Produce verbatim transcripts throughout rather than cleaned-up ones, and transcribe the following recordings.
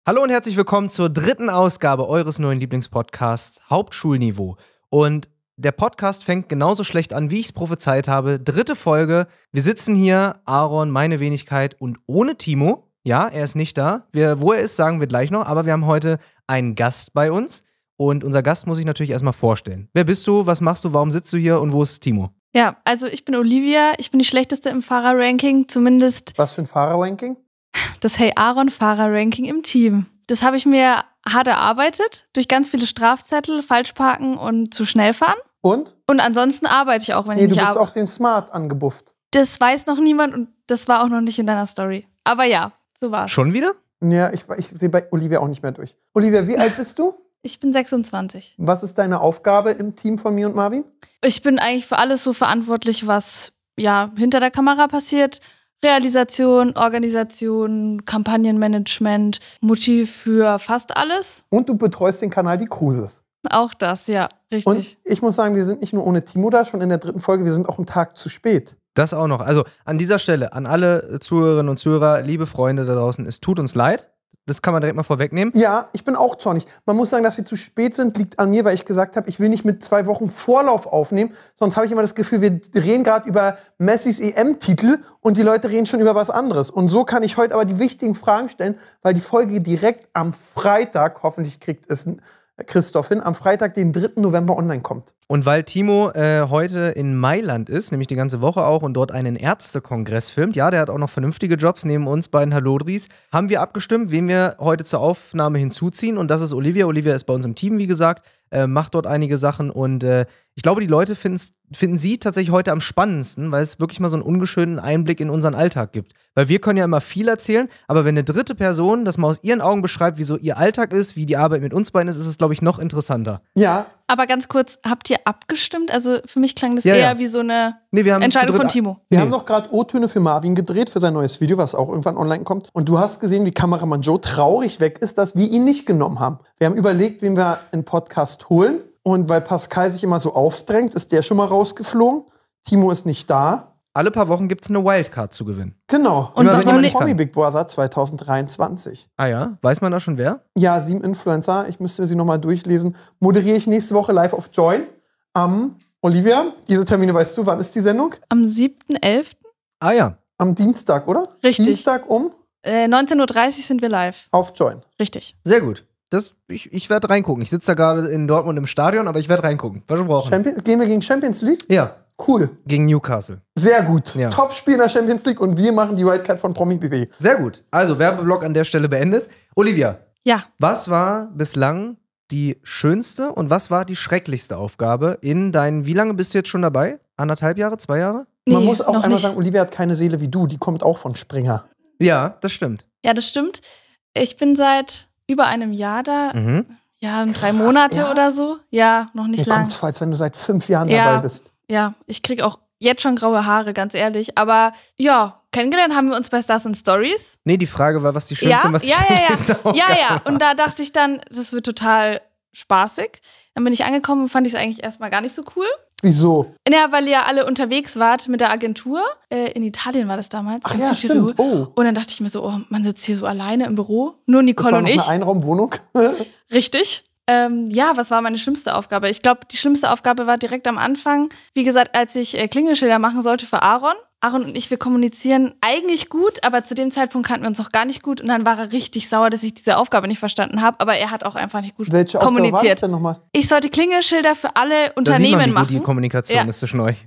Hallo und herzlich willkommen zur dritten Ausgabe eures neuen Lieblingspodcasts Hauptschulniveau. Und der Podcast fängt genauso schlecht an, wie ich es prophezeit habe. Dritte Folge. Wir sitzen hier, Aaron, meine Wenigkeit und ohne Timo. Ja, er ist nicht da. Wir, wo er ist, sagen wir gleich noch. Aber wir haben heute einen Gast bei uns. Und unser Gast muss ich natürlich erstmal vorstellen. Wer bist du, was machst du, warum sitzt du hier und wo ist Timo? Ja, also ich bin Olivia. Ich bin die Schlechteste im Fahrerranking, zumindest Was für ein Fahrerranking? das Hey Aaron Fahrerranking im Team. Das habe ich mir hart erarbeitet, durch ganz viele Strafzettel, Falschparken und zu schnell fahren. Und? Und ansonsten arbeite ich auch, wenn Nee, ich du nicht bist arbeite. auch den Smart angebufft. Das weiß noch niemand und das war auch noch nicht in deiner Story. Aber ja, so war's. Schon wieder? Ja, ich, ich sehe bei Olivia auch nicht mehr durch. Olivia, wie alt bist du? Ich bin sechsundzwanzig. Was ist deine Aufgabe im Team von mir und Marvin? Ich bin eigentlich für alles so verantwortlich, was ja hinter der Kamera passiert. Realisation, Organisation, Kampagnenmanagement, Motiv für fast alles. Und du betreust den Kanal Die Cruises. Auch das, ja, richtig. Und ich muss sagen, wir sind nicht nur ohne Timo da, schon in der dritten Folge, wir sind auch einen Tag zu spät. Das auch noch. Also an dieser Stelle, an alle Zuhörerinnen und Zuhörer, liebe Freunde da draußen, es tut uns leid. Das kann man direkt mal vorwegnehmen. Ja, ich bin auch zornig. Man muss sagen, dass wir zu spät sind, liegt an mir, weil ich gesagt habe, ich will nicht mit zwei Wochen Vorlauf aufnehmen. Sonst habe ich immer das Gefühl, wir reden gerade über Messis E M-Titel und die Leute reden schon über was anderes. Und so kann ich heute aber die wichtigen Fragen stellen, weil die Folge direkt am Freitag, hoffentlich kriegt es Christoph hin, am Freitag, den dritten November online kommt. Und weil Timo äh, heute in Mailand ist, nämlich die ganze Woche auch, und dort einen Ärztekongress filmt, ja, der hat auch noch vernünftige Jobs neben uns beiden Hallodris, haben wir abgestimmt, wen wir heute zur Aufnahme hinzuziehen. Und das ist Olivia. Olivia ist bei uns im Team, wie gesagt, äh, macht dort einige Sachen. Und äh, ich glaube, die Leute finden sie tatsächlich heute am spannendsten, weil es wirklich mal so einen ungeschönten Einblick in unseren Alltag gibt. Weil wir können ja immer viel erzählen, aber wenn eine dritte Person das mal aus ihren Augen beschreibt, wie so ihr Alltag ist, wie die Arbeit mit uns beiden ist, ist es, glaube ich, noch interessanter. Ja. Aber ganz kurz, habt ihr abgestimmt? Also für mich klang das Ja, eher ja. wie so eine Nee, wir haben Entscheidung zu dritt- von Timo. Wir Nee. haben doch gerade O-Töne für Marvin gedreht, für sein neues Video, was auch irgendwann online kommt. Und du hast gesehen, wie Kameramann Joe traurig weg ist, dass wir ihn nicht genommen haben. Wir haben überlegt, wen wir in Podcast holen. Und weil Pascal sich immer so aufdrängt, ist der schon mal rausgeflogen. Timo ist nicht da. Alle paar Wochen gibt es eine Wildcard zu gewinnen. Genau. Und Immer, wenn warum jemand nicht? nicht Promi kann. Big Brother zwanzig dreiundzwanzig. Ah ja? Weiß man da schon wer? Ja, sieben Influencer. Ich müsste sie nochmal durchlesen. Moderiere ich nächste Woche live auf Join. Am Olivia, diese Termine weißt du, wann ist die Sendung? Am siebten elften Ah ja. Am Dienstag, oder? Richtig. Dienstag um Äh, neunzehn Uhr dreißig sind wir live. auf Join. Richtig. Sehr gut. Das, ich ich werde reingucken. Ich sitze da gerade in Dortmund im Stadion, aber ich werde reingucken. Was wir brauchen. Champions, gehen wir gegen Champions League? Ja, Cool. gegen Newcastle. Sehr gut. Ja. Top-Spiel in der Champions League und wir machen die Wildcard von Promi B B. Sehr gut. Also, Werbeblock an der Stelle beendet. Olivia, Ja, was war bislang die schönste und was war die schrecklichste Aufgabe in deinen, wie lange bist du jetzt schon dabei? Anderthalb Jahre, zwei Jahre? nee, Man muss auch noch einmal nicht. sagen, Olivia hat keine Seele wie du. Die kommt auch von Springer. Ja, das stimmt. Ja, das stimmt. Ich bin seit über einem Jahr da. Mhm. Ja, drei Krass, Monate erst? oder so. Ja, noch nicht Mir lang. kommt's vor, als wenn du seit fünf Jahren Ja. dabei bist. Ja, ich krieg auch jetzt schon graue Haare, ganz ehrlich. Aber ja, kennengelernt haben wir uns bei Stars and Stories. Nee, die Frage war, was die schönste Ja, und was die ja, ja, ja. schrecklichste Aufgabe Ja, ja. war. Und da dachte ich dann, das wird total spaßig. Dann bin ich angekommen und fand ich es eigentlich erstmal gar nicht so cool. Wieso? Ja, weil ihr alle unterwegs wart mit der Agentur. Äh, in Italien war das damals. Ach in ja, Südtirol. stimmt. Oh. Und dann dachte ich mir so, oh, man sitzt hier so alleine im Büro. Nur Das Nicole war und noch ich. eine Einraumwohnung. Richtig. Ähm, ja, was war meine schlimmste Aufgabe? Ich glaube, die schlimmste Aufgabe war direkt am Anfang. Wie gesagt, als ich äh, Klingelschilder machen sollte für Aaron. Aaron und ich, wir kommunizieren eigentlich gut, aber zu dem Zeitpunkt kannten wir uns noch gar nicht gut. Und dann war er richtig sauer, dass ich diese Aufgabe nicht verstanden habe. Aber er hat auch einfach nicht gut Welche Aufgabe war das kommuniziert. denn nochmal? Ich sollte Klingelschilder für alle Da sieht Unternehmen man, wie gut machen. die Kommunikation Ja. ist zwischen euch.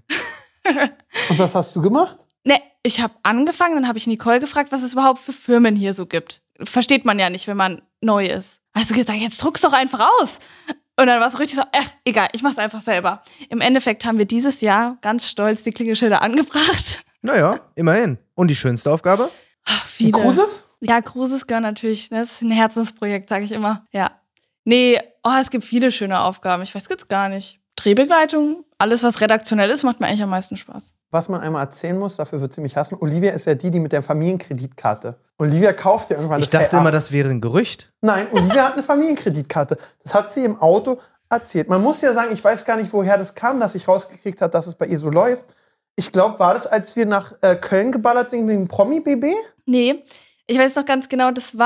Und was hast du gemacht? Ne, ich habe angefangen, dann habe ich Nicole gefragt, was es überhaupt für Firmen hier so gibt. Versteht man ja nicht, wenn man neu ist. Hast du gesagt, jetzt druck's doch einfach aus. Und dann war es richtig so, äh, egal, ich mach's einfach selber. Im Endeffekt haben wir dieses Jahr ganz stolz die Klingelschilder angebracht. Naja, immerhin. Und die schönste Aufgabe? Ach, Die viele. Cruises? Ja, Cruises gehören natürlich, das ist ein Herzensprojekt, sage ich immer. Ja. Nee, oh, es gibt viele schöne Aufgaben. Ich weiß jetzt gar nicht. Drehbegleitung, alles, was redaktionell ist, macht mir eigentlich am meisten Spaß. Was man einmal erzählen muss, dafür wird sie mich hassen. Olivia ist ja die, die mit der Familienkreditkarte. Olivia kauft ja irgendwann Ich das dachte Hey, immer, das wäre ein Gerücht. Nein, Olivia hat eine Familienkreditkarte. Das hat sie im Auto erzählt. Man muss ja sagen, ich weiß gar nicht, woher das kam, dass ich rausgekriegt habe, dass es bei ihr so läuft. Ich glaube, war das, als wir nach äh, Köln geballert sind wegen Promi-B B? Nee, ich weiß noch ganz genau, das war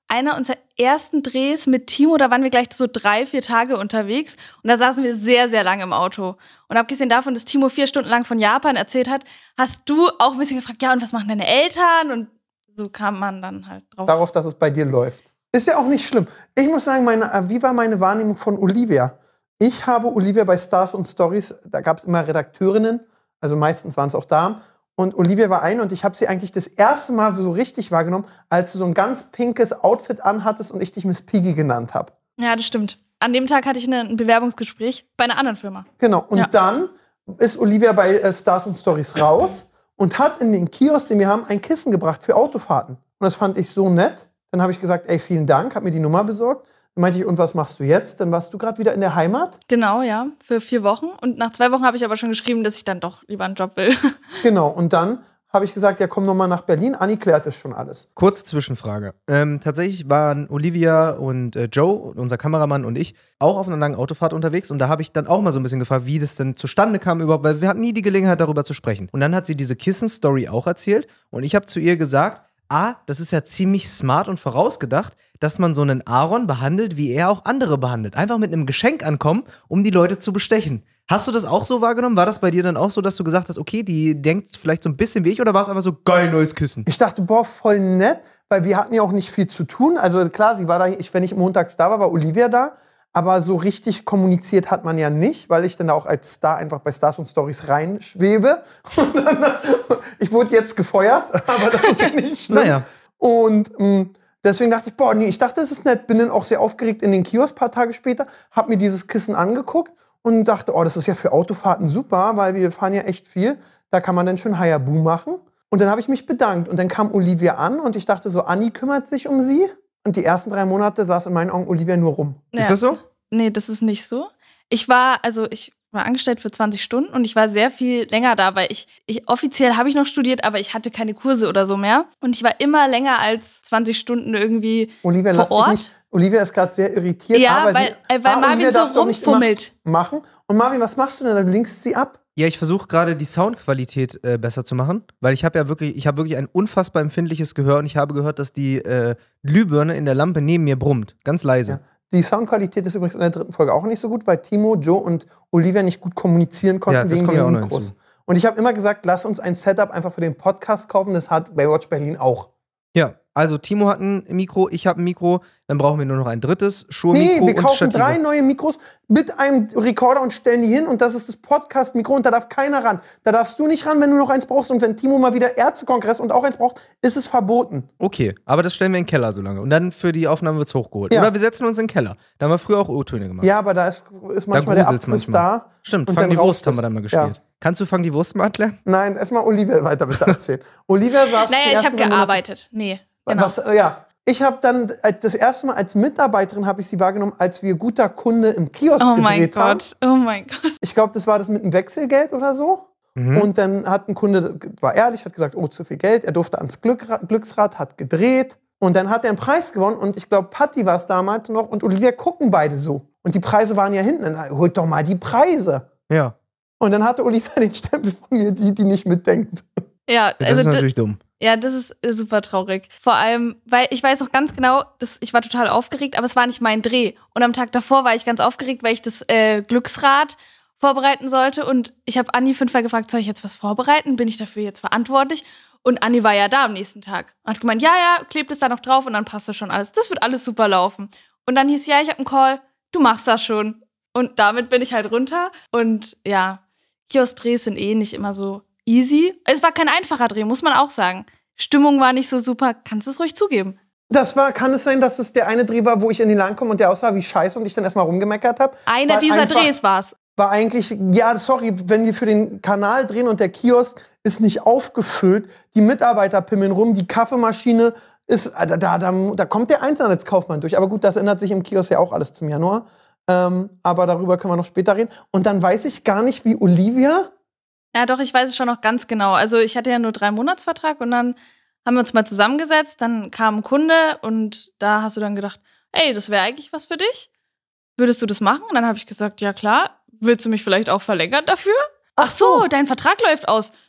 einer unserer ersten Drehs mit Timo, da waren wir gleich so drei, vier Tage unterwegs und da saßen wir sehr, sehr lange im Auto. Und abgesehen davon, dass Timo vier Stunden lang von Japan erzählt hat, hast du auch ein bisschen gefragt, ja, und was machen deine Eltern? Und so kam man dann halt drauf. Darauf, dass es bei dir läuft. Ist ja auch nicht schlimm. Ich muss sagen, meine, wie war meine Wahrnehmung von Olivia? Ich habe Olivia bei Stars und Stories, da gab es immer Redakteurinnen, also meistens waren es auch Damen. Und Olivia war eine und ich habe sie eigentlich das erste Mal so richtig wahrgenommen, als du so ein ganz pinkes Outfit anhattest und ich dich Miss Piggy genannt habe. Ja, das stimmt. An dem Tag hatte ich eine, ein Bewerbungsgespräch bei einer anderen Firma. Genau. Und ja. dann ist Olivia bei äh, Stars und Stories raus und hat in den Kiosk, den wir haben, ein Kissen gebracht für Autofahrten. Und das fand ich so nett. Dann habe ich gesagt, ey, vielen Dank, habe mir die Nummer besorgt. Dann meinte ich, und was machst du jetzt? Dann warst du gerade wieder in der Heimat? Genau, ja, für vier Wochen. Und nach zwei Wochen habe ich aber schon geschrieben, dass ich dann doch lieber einen Job will. Genau, und dann habe ich gesagt, ja, komm noch mal nach Berlin. Anni klärt das schon alles. Kurze Zwischenfrage. Ähm, tatsächlich waren Olivia und äh, Joe, unser Kameramann und ich, auch auf einer langen Autofahrt unterwegs. Und da habe ich dann auch mal so ein bisschen gefragt, wie das denn zustande kam überhaupt, weil wir hatten nie die Gelegenheit, darüber zu sprechen. Und dann hat sie diese Kissen-Story auch erzählt. Und ich habe zu ihr gesagt, ah, das ist ja ziemlich smart und vorausgedacht, dass man so einen Aaron behandelt, wie er auch andere behandelt. Einfach mit einem Geschenk ankommen, um die Leute zu bestechen. Hast du das auch so wahrgenommen? War das bei dir dann auch so, dass du gesagt hast, okay, die denkt vielleicht so ein bisschen wie ich, oder war es einfach so, geil, neues Kissen? Ich dachte, boah, voll nett, weil wir hatten ja auch nicht viel zu tun. Also klar, sie war da, ich, wenn ich montags da war, war Olivia da. Aber so richtig kommuniziert hat man ja nicht, weil ich dann auch als Star einfach bei Stars und Stories reinschwebe. Und dann, ich wurde jetzt gefeuert, aber das ist ja nicht schlimm. Naja. Und mh, deswegen dachte ich, boah, nee, ich dachte, das ist nett. Bin dann auch sehr aufgeregt in den Kiosk ein paar Tage später, hab mir dieses Kissen angeguckt und dachte, oh, das ist ja für Autofahrten super, weil wir fahren ja echt viel. Da kann man dann schon Hayabu machen. Und dann habe ich mich bedankt. Und dann kam Olivia an und ich dachte so, Anni kümmert sich um sie. Und die ersten drei Monate saß in meinen Augen Olivia nur rum. Ja. Ist das so? Nee, das ist nicht so. Ich war, also ich war angestellt für zwanzig Stunden und ich war sehr viel länger da, weil ich, ich offiziell habe ich noch studiert, aber ich hatte keine Kurse oder so mehr. Und ich war immer länger als zwanzig Stunden irgendwie Olivia, vor lass Ort. dich nicht. Olivia ist gerade sehr irritiert. Ja, aber weil, sie, äh, weil ah, Marvin Olivia darf so doch nicht immer rumfummelt. machen. Und Marvin, was machst du denn? Du linkst sie ab. Ja, ich versuche gerade die Soundqualität äh, besser zu machen, weil ich habe ja wirklich, ich habe wirklich ein unfassbar empfindliches Gehör und ich habe gehört, dass die äh, Glühbirne in der Lampe neben mir brummt, ganz leise. Ja. Die Soundqualität ist übrigens in der dritten Folge auch nicht so gut, weil Timo, Joe und Olivia nicht gut kommunizieren konnten Ja, das wegen kommt ja auch den noch Mikros. hinzu. Und ich habe immer gesagt, lass uns ein Setup einfach für den Podcast kaufen. Das hat Baywatch Berlin auch. Ja, also Timo hat ein Mikro, ich habe ein Mikro, dann brauchen wir nur noch ein drittes Nee, Shure-Mikro wir und kaufen Stative. drei neue Mikros mit einem Rekorder und stellen die hin und das ist das Podcast-Mikro und da darf keiner ran. Da darfst du nicht ran, wenn du noch eins brauchst und wenn Timo mal wieder Ärztekongress und auch eins braucht, ist es verboten. Okay, aber das stellen wir in den Keller so lange und dann für die Aufnahme wird's hochgeholt. Ja. Oder wir setzen uns in den Keller. Da haben wir früher auch O-Töne gemacht. Ja, aber da ist, ist manchmal der gruselt's Abfluss manchmal. da. Stimmt, und Fang dann die Wurst raucht haben es. wir dann mal gespielt. Ja. Kannst du Fang die Wurst mal erklären? Nein, erstmal Olivia weiter bitte erzählen. Olivia saß Naja, die ich ersten habe drei Monate- gearbeitet. Nee, genau. Was, äh, ja. Ich habe dann als- das erste Mal als Mitarbeiterin habe ich sie wahrgenommen, als wir guter Kunde im Kiosk Oh mein gedreht haben. Gott, oh mein Gott. Ich glaube, das war das mit dem Wechselgeld oder so. Mhm. Und dann hat ein Kunde, war ehrlich, hat gesagt, oh, zu viel Geld. Er durfte ans Glück, Glücksrad, hat gedreht. Und dann hat er einen Preis gewonnen. Und ich glaube, Patti war es damals noch. Und Olivia gucken beide so. Und die Preise waren ja hinten. Dann holt doch mal die Preise. Ja, Und dann hatte Olivia den Stempel von mir, die, die nicht mitdenkt. Ja, das also ist d- natürlich dumm. Ja, das ist äh, super traurig. Vor allem, weil ich weiß auch ganz genau, dass ich war total aufgeregt, aber es war nicht mein Dreh. Und am Tag davor war ich ganz aufgeregt, weil ich das äh, Glücksrad vorbereiten sollte. Und ich habe Anni fünfmal gefragt, soll ich jetzt was vorbereiten? Bin ich dafür jetzt verantwortlich? Und Anni war ja da am nächsten Tag. Und hat gemeint, ja, ja, klebt es da noch drauf und dann passt das schon alles. Das wird alles super laufen. Und dann hieß, ja, ich habe einen Call, du machst das schon. Und damit bin ich halt runter. Und ja, Kiosk-Drehs sind eh nicht immer so easy. Es war kein einfacher Dreh, muss man auch sagen. Stimmung war nicht so super, kannst du es ruhig zugeben. Das war, kann es sein, dass es der eine Dreh war, wo ich in den Laden komme und der aussah wie scheiße und ich dann erstmal rumgemeckert habe? Einer Weil dieser einfach- Drehs war's. War eigentlich, ja, sorry, wenn wir für den Kanal drehen und der Kiosk ist nicht aufgefüllt, die Mitarbeiter pimmeln rum, die Kaffeemaschine ist, da, da, da, da kommt der Einzelhandelskaufmann durch. Aber gut, das ändert sich im Kiosk ja auch alles zum Januar. Ähm, aber darüber können wir noch später reden. Und dann weiß ich gar nicht, wie Olivia. Ja, doch, ich weiß es schon noch ganz genau. Also ich hatte ja nur drei Monatsvertrag und dann haben wir uns mal zusammengesetzt, dann kam ein Kunde und da hast du dann gedacht, ey, das wäre eigentlich was für dich. Würdest du das machen? Und dann habe ich gesagt, ja klar. Willst du mich vielleicht auch verlängern dafür? Ach so, dein Vertrag läuft aus.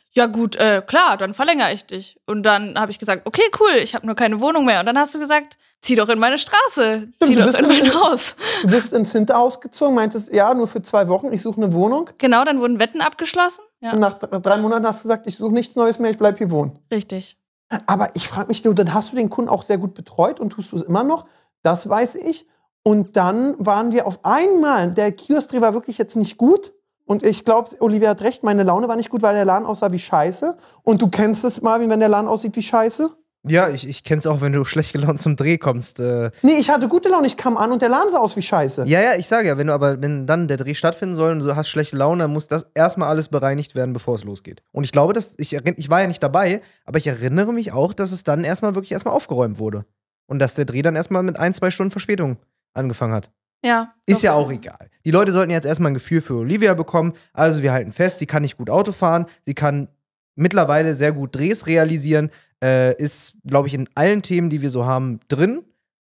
ja gut, äh, klar, dann verlängere ich dich. Und dann habe ich gesagt, okay, cool, ich habe nur keine Wohnung mehr. Und dann hast du gesagt, zieh doch in meine Straße, zieh Stimmt, doch in mein Haus. Du bist ins Hinterhaus gezogen, meintest, ja, nur für zwei Wochen, ich suche eine Wohnung. Genau, dann wurden Wetten abgeschlossen. Ja. Und nach drei Monaten hast du gesagt, ich suche nichts Neues mehr, ich bleib hier wohnen. Richtig. Aber ich frage mich, dann hast du den Kunden auch sehr gut betreut und tust du es immer noch. Das weiß ich. Und dann waren wir auf einmal, der Kioskdreh war wirklich jetzt nicht gut. Und ich glaube, Olivia hat recht, meine Laune war nicht gut, weil der Laden aussah wie Scheiße. Und du kennst es, Marvin, wenn der Laden aussieht wie Scheiße? Ja, ich, ich kenn's auch, wenn du schlecht gelaunt zum Dreh kommst. Äh. Nee, ich hatte gute Laune, ich kam an und der Laden sah aus wie Scheiße. Ja, ja, ich sage ja, wenn du aber, wenn dann der Dreh stattfinden soll und du hast schlechte Laune, dann muss das erstmal alles bereinigt werden, bevor es losgeht. Und ich glaube, dass, ich, ich war ja nicht dabei, aber ich erinnere mich auch, dass es dann erstmal wirklich erstmal aufgeräumt wurde. Und dass der Dreh dann erstmal mit ein, zwei Stunden Verspätung angefangen hat. Ja. Ist ja auch egal. Die Leute sollten jetzt erstmal ein Gefühl für Olivia bekommen. Also wir halten fest, sie kann nicht gut Auto fahren, sie kann mittlerweile sehr gut Drehs realisieren, äh, ist, glaube ich, in allen Themen, die wir so haben, drin.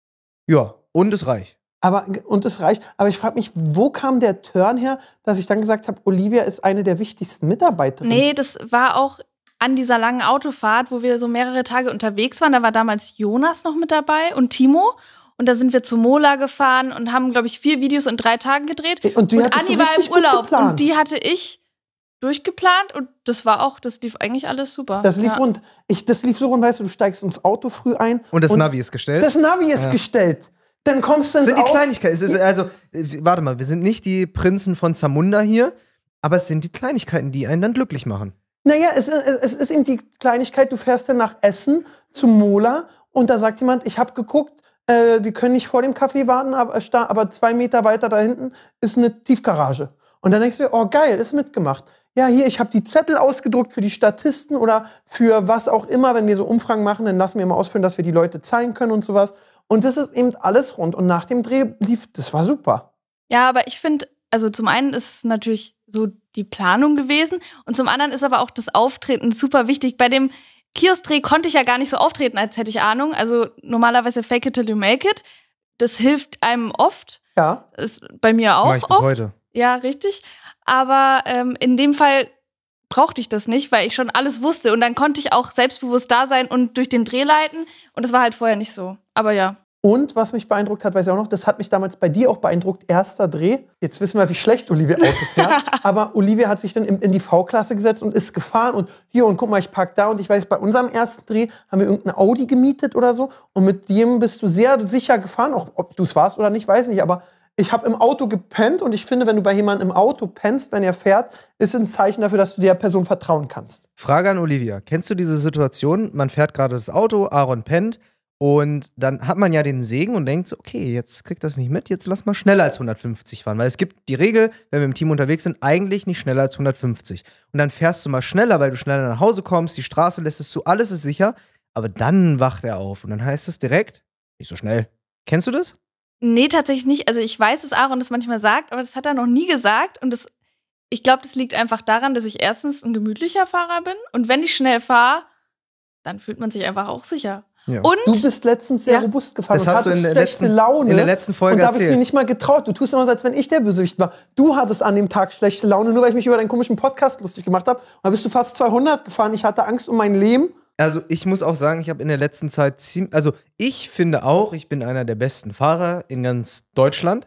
Ja, und es reicht. Aber, und es reicht. Aber ich frage mich, wo kam der Turn her, dass ich dann gesagt habe, Olivia ist eine der wichtigsten Mitarbeiterinnen? Nee, das war auch an dieser langen Autofahrt, wo wir so mehrere Tage unterwegs waren. Da war damals Jonas noch mit dabei und Timo. Und da sind wir zu Mola gefahren und haben, glaube ich, vier Videos in drei Tagen gedreht. Und, die und Anni war im Urlaub geplant. und die hatte ich durchgeplant und das war auch, das lief eigentlich alles super. Das lief ja. rund. Ich, das lief so rund, weißt du, du steigst ins Auto früh ein. Und das und Navi ist gestellt? Das Navi ist ja. gestellt. Dann kommst du ins Auto. Das sind die Auto. Kleinigkeiten. Es ist also, warte mal, wir sind nicht die Prinzen von Zamunda hier, aber es sind die Kleinigkeiten, die einen dann glücklich machen. Naja, es, es ist eben die Kleinigkeit, du fährst dann nach Essen zum Mola und da sagt jemand, ich habe geguckt, äh, wir können nicht vor dem Café warten, aber, aber zwei Meter weiter da hinten ist eine Tiefgarage. Und dann denkst du dir, oh geil, ist mitgemacht. Ja, hier, ich habe die Zettel ausgedruckt für die Statisten oder für was auch immer. Wenn wir so Umfragen machen, dann lassen wir mal ausfüllen, dass wir die Leute zahlen können und sowas. Und das ist eben alles rund. Und nach dem Dreh lief, das war super. Ja, aber ich finde, also zum einen ist natürlich so die Planung gewesen und zum anderen ist aber auch das Auftreten super wichtig. Bei dem Kioskdreh konnte ich ja gar nicht so auftreten, als hätte ich Ahnung. Also normalerweise fake it till you make it. Das hilft einem oft. Ja. Ist bei mir auch Mach ich bis oft. heute. Ja, richtig. Aber ähm, in dem Fall brauchte ich das nicht, weil ich schon alles wusste. Und dann konnte ich auch selbstbewusst da sein und durch den Dreh leiten. Und das war halt vorher nicht so. Aber ja. Und was mich beeindruckt hat, weiß ich auch noch, das hat mich damals bei dir auch beeindruckt, erster Dreh. Jetzt wissen wir, wie schlecht Olivia Auto fährt. Aber Olivia hat sich dann in, in die V-Klasse gesetzt und ist gefahren. Und hier, und guck mal, ich park da. Und ich weiß, bei unserem ersten Dreh haben wir irgendein Audi gemietet oder so. Und mit dem bist du sehr sicher gefahren. Auch ob du es warst oder nicht, weiß nicht. Aber ich habe im Auto gepennt. Und ich finde, wenn du bei jemandem im Auto pennst, wenn er fährt, ist ein Zeichen dafür, dass du der Person vertrauen kannst. Frage an Olivia. Kennst du diese Situation? Man fährt gerade das Auto, Aaron pennt. Und dann hat man ja den Segen und denkt so, okay, jetzt kriegt das nicht mit, jetzt lass mal schneller als hundertfünfzig fahren. Weil es gibt die Regel, wenn wir im Team unterwegs sind, eigentlich nicht schneller als hundertfünfzig. Und dann fährst du mal schneller, weil du schneller nach Hause kommst, die Straße lässt es zu, alles ist sicher. Aber dann wacht er auf und dann heißt es direkt, nicht so schnell. Kennst du das? Nee, tatsächlich nicht. Also ich weiß, dass Aaron das manchmal sagt, aber das hat er noch nie gesagt. Und das, ich glaube, das liegt einfach daran, dass ich erstens ein gemütlicher Fahrer bin. Und wenn ich schnell fahre, dann fühlt man sich einfach auch sicher. Ja. Und du bist letztens sehr ja. robust gefahren das und hast du in der, schlechte letzten, Laune. in der letzten Folge und da habe ich erzählt. mir nicht mal getraut. Du tust immer so, als wenn ich der Bösewicht war. Du hattest an dem Tag schlechte Laune, nur weil ich mich über deinen komischen Podcast lustig gemacht habe. Und da bist du fast zweihundert gefahren. Ich hatte Angst um mein Leben. Also ich muss auch sagen, ich habe in der letzten Zeit ziemlich, also ich finde auch, ich bin einer der besten Fahrer in ganz Deutschland.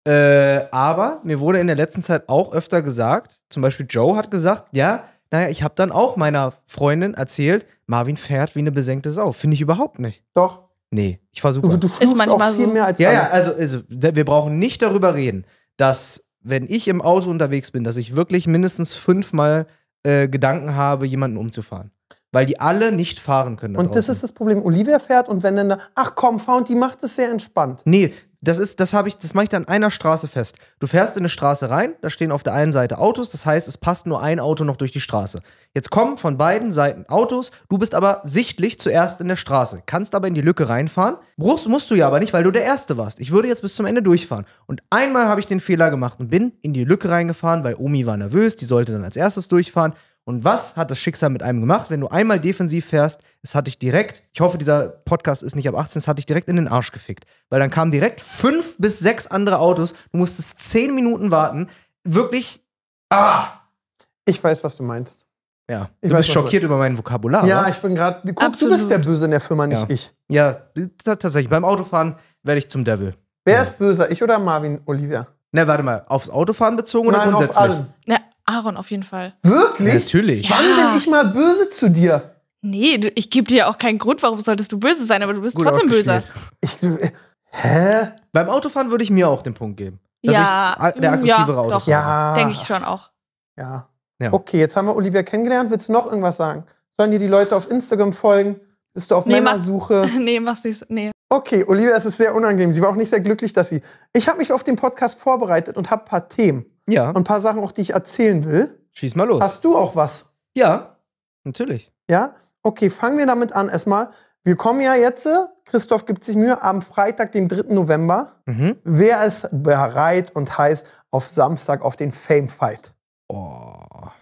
Äh, aber mir wurde in der letzten Zeit auch öfter gesagt, zum Beispiel Joe hat gesagt, ja, naja, ich habe dann auch meiner Freundin erzählt, Marvin fährt wie eine besenkte Sau. Finde ich überhaupt nicht. Doch. Nee, ich fahr super. Du, du fluchst auch viel so. mehr als Ja, alle. ja, also, also wir brauchen nicht darüber reden, dass, wenn ich im Auto unterwegs bin, dass ich wirklich mindestens fünfmal äh, Gedanken habe, jemanden umzufahren. Weil die alle nicht fahren können. Da und das draußen. ist das Problem. Olivia fährt und wenn dann da, ach komm, fahr, und die macht es sehr entspannt. Nee, das ist, das habe ich, das mache ich dann an einer Straße fest. Du fährst in eine Straße rein, da stehen auf der einen Seite Autos, das heißt, es passt nur ein Auto noch durch die Straße. Jetzt kommen von beiden Seiten Autos, du bist aber sichtlich zuerst in der Straße, kannst aber in die Lücke reinfahren. Brauchst, musst du ja aber nicht, weil du der Erste warst. Ich würde jetzt bis zum Ende durchfahren. Und einmal habe ich den Fehler gemacht und bin in die Lücke reingefahren, weil Omi war nervös, die sollte dann als erstes durchfahren. Und was hat das Schicksal mit einem gemacht, wenn du einmal defensiv fährst? Es hat dich direkt, ich hoffe, dieser Podcast ist nicht ab achtzehn, es hat dich direkt in den Arsch gefickt. Weil dann kamen direkt fünf bis sechs andere Autos, du musstest zehn Minuten warten. Wirklich, ah! Ich weiß, was du meinst. Ja, Ich du weiß, bist was schockiert über mein Vokabular. Ja, wa? ich bin gerade. Guck, du Absolut. bist der Böse in der Firma, nicht Ja. ich. Ja, t- tatsächlich. Beim Autofahren werde ich zum Devil. Wer Ja. ist böser, ich oder Marvin, Olivia? Ne, warte mal. Aufs Autofahren bezogen oder Nein, auf grundsätzlich? allem. Na, Aaron auf jeden Fall. Wirklich? Natürlich. Ja. Wann bin ich mal böse zu dir? Nee, du, ich gebe dir ja auch keinen Grund, warum solltest du böse sein, aber du bist Gut trotzdem böse. ausgespielt. Ich, äh, hä? Beim Autofahren würde ich mir auch den Punkt geben. Dass Ja, ich a- der mm, aggressivere ja, Autofahrer doch. bin. Ja. Denke ich schon auch. Ja. Ja. Okay, jetzt haben wir Olivia kennengelernt. Willst du noch irgendwas sagen? Sollen dir die Leute auf Instagram folgen? Bist du auf Nee, Männersuche? Nee, mach's nicht. so- Nee. Okay, Olivia, es ist sehr unangenehm. Sie war auch nicht sehr glücklich, dass sie. Ich habe mich auf den Podcast vorbereitet und habe ein paar Themen Ja, und ein paar Sachen, auch die ich erzählen will. schieß mal los. Hast du auch was? Ja, natürlich. Ja? Okay, fangen wir damit an. Erstmal, wir kommen ja jetzt, äh, Christoph gibt sich Mühe, am Freitag, dem dritten November. Mhm. Wer ist bereit und heiß auf Samstag auf den Fame Fight? Oh.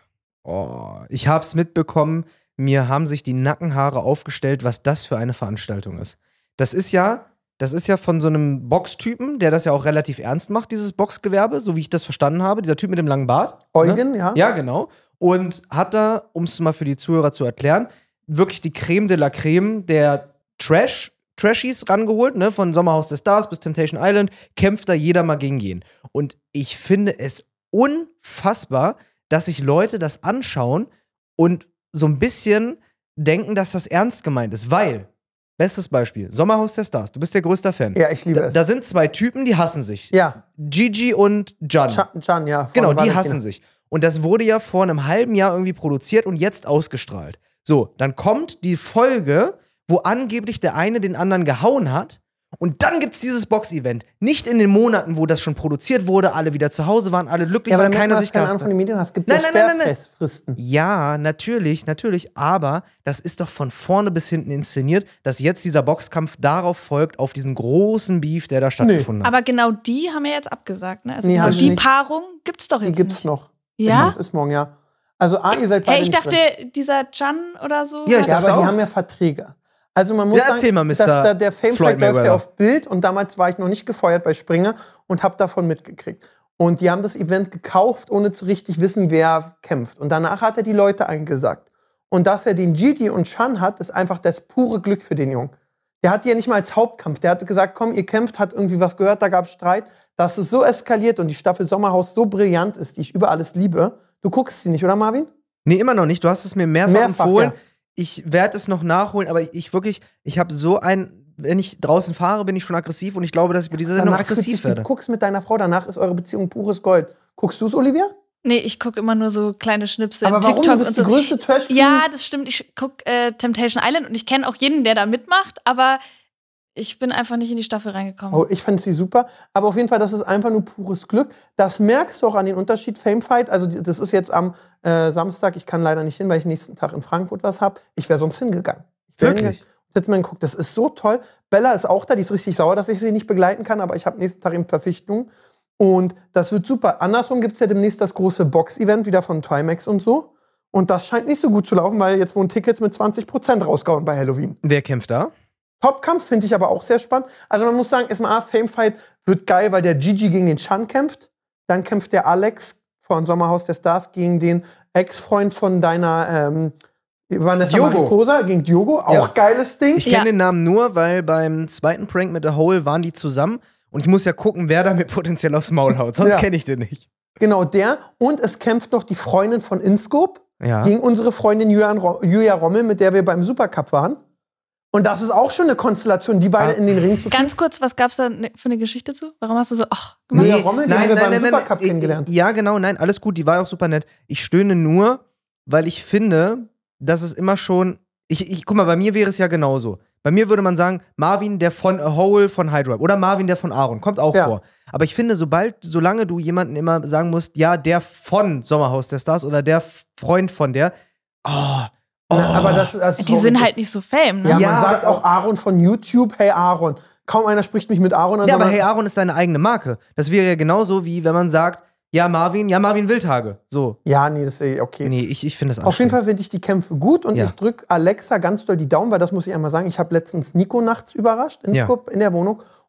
Oh. Ich hab's mitbekommen, mir haben sich die Nackenhaare aufgestellt, was das für eine Veranstaltung ist. Das ist ja, das ist ja von so einem Boxtypen, der das ja auch relativ ernst macht, dieses Boxgewerbe, so wie ich das verstanden habe. Dieser Typ mit dem langen Bart. Eugen, ne? ja? Ja, genau. Und hat da, um es mal für die Zuhörer zu erklären, wirklich die Creme de la Creme der Trash, Trashies rangeholt, ne? Von Sommerhaus der Stars bis Temptation Island, kämpft da jeder mal gegen jeden. Und ich finde es unfassbar, dass sich Leute das anschauen und so ein bisschen denken, dass das ernst gemeint ist. Weil, bestes Beispiel, Sommerhaus der Stars, du bist der größte Fan. Ja, ich liebe Da, es. da sind zwei Typen, die hassen sich. ja, Gigi und Can. Can, Can ja. von Genau, die Valentina. hassen sich. Und das wurde ja vor einem halben Jahr irgendwie produziert und jetzt ausgestrahlt. So, dann kommt die Folge, wo angeblich der eine den anderen gehauen hat. Und dann gibt's dieses Box-Event. Nicht in den Monaten, wo das schon produziert wurde, alle wieder zu Hause waren, alle glücklich Ja, aber waren, dann keiner keiner sich keine Ahnung gehasst von den hat. Medien hast. Es gibt Nein, ja nein, nein, nein, nein. Sperrfristen. Ja, natürlich, natürlich. Aber das ist doch von vorne bis hinten inszeniert, dass jetzt dieser Boxkampf darauf folgt, auf diesen großen Beef, der da stattgefunden hat. Aber genau die haben ja jetzt abgesagt, ne? Also Nee, genau haben sie die nicht. Paarung gibt's doch Die jetzt gibt's nicht. noch. Ja? Das ist morgen, ja. Also, A, ihr seid beide Hey, ich nicht dachte, drin. dieser Can oder so. Ja, ich Ja, dachte aber die auch. haben ja Verträge. Also man muss Ja, sagen, erzähl mal, Mister dass da der Fame Floyd Fight läuft Mayweather. ja auf Bild und damals war ich noch nicht gefeuert bei Springer und habe davon mitgekriegt. Und die haben das Event gekauft, ohne zu richtig wissen, wer kämpft. Und danach hat er die Leute eingesagt. Und dass er den Gigi und Can hat, ist einfach das pure Glück für den Jungen. Der hat die ja nicht mal als Hauptkampf. Der hatte gesagt, komm, ihr kämpft, hat irgendwie was gehört, da gab es Streit. Dass es so eskaliert und die Staffel Sommerhaus so brillant ist, die ich über alles liebe. Du guckst sie nicht, oder Marvin? Nee, immer noch nicht. Du hast es mir mehrfach, Mehrfach, empfohlen. ja. Ich werde es noch nachholen, aber ich wirklich, ich habe so ein, wenn ich draußen fahre, bin ich schon aggressiv und ich glaube, dass ich bei dieser Sendung Danach fühlt sich, aggressiv du werde. guckst mit deiner Frau, danach ist eure Beziehung pures Gold. Guckst du es, Olivia? Nee, ich gucke immer nur so kleine Schnipsel. Aber warum? TikTok Du bist und die so. größte trash Ja, das stimmt. Ich gucke äh, Temptation Island und ich kenne auch jeden, der da mitmacht, aber ich bin einfach nicht in die Staffel reingekommen. Oh, ich fand sie super. Aber auf jeden Fall, das ist einfach nur pures Glück. Das merkst du auch an den Unterschied Fame Fight. Also die- das ist jetzt am äh, Samstag. Ich kann leider nicht hin, weil ich nächsten Tag in Frankfurt was habe. Ich wäre sonst hingegangen. Ich wär Wirklich? hingegangen. Jetzt mal geguckt, das ist so toll. Bella ist auch da, die ist richtig sauer, dass ich sie nicht begleiten kann, aber ich habe nächsten Tag eben Verpflichtungen. Und das wird super. Andersrum gibt es ja demnächst das große Box-Event wieder von Trimax und so. Und das scheint nicht so gut zu laufen, weil jetzt wurden Tickets mit zwanzig Prozent rausgehauen bei Halloween. Wer kämpft da? Topkampf finde ich aber auch sehr spannend. Also man muss sagen, erstmal, Fame Fight wird geil, weil der Gigi gegen den Can kämpft. Dann kämpft der Alex von Sommerhaus der Stars gegen den Ex-Freund von deiner ähm, Vanessa Diogo. Mariposa, gegen Diogo. Auch Ja. geiles Ding. Ich kenne Ja. den Namen nur, weil beim zweiten Prank mit The Hole waren die zusammen und ich muss ja gucken, wer da mir potenziell aufs Maul haut. Sonst Ja. kenne ich den nicht. Genau, der. Und es kämpft noch die Freundin von InScope Ja. gegen unsere Freundin Julian Ro- Julia Rommel, mit der wir beim Supercup waren. Und das ist auch schon eine Konstellation, die beide Ah. in den Ring zu Ganz kurz, was gab's da ne- für eine Geschichte zu? Warum hast du so, ach, gemacht? Julia Rommel, die haben wir beim Supercup Ich- kennengelernt. Ja, genau, nein, alles gut, die war auch super nett. Ich stöhne nur, weil ich finde, dass es immer schon. Ich, ich, guck mal, bei mir wäre es ja genauso. Bei mir würde man sagen, Marvin, der von A Hole von Hydra oder Marvin, der von Aaron, kommt auch Ja. vor. Aber ich finde, sobald, solange du jemanden immer sagen musst, ja, der von Sommerhaus der Stars oder der Freund von der, oh, oh. Na, aber das, das Die sind halt nicht so fame, ne? Ja, Ja, man sagt aber auch Aaron von YouTube, hey Aaron. Kaum einer spricht mich mit Aaron an. Ja, aber sondern- Hey Aaron ist deine eigene Marke. Das wäre ja genauso, wie wenn man sagt, ja, Marvin, ja, Marvin Wildhage. So. Ja, nee, das ist okay. Nee, ich, ich finde das Auf jeden anstrengend. Fall finde ich die Kämpfe gut und Ja. ich drücke Alexa ganz doll die Daumen, weil das muss ich einmal sagen. Ich habe letztens Nico nachts überrascht in, Ja. Skop, in der Wohnung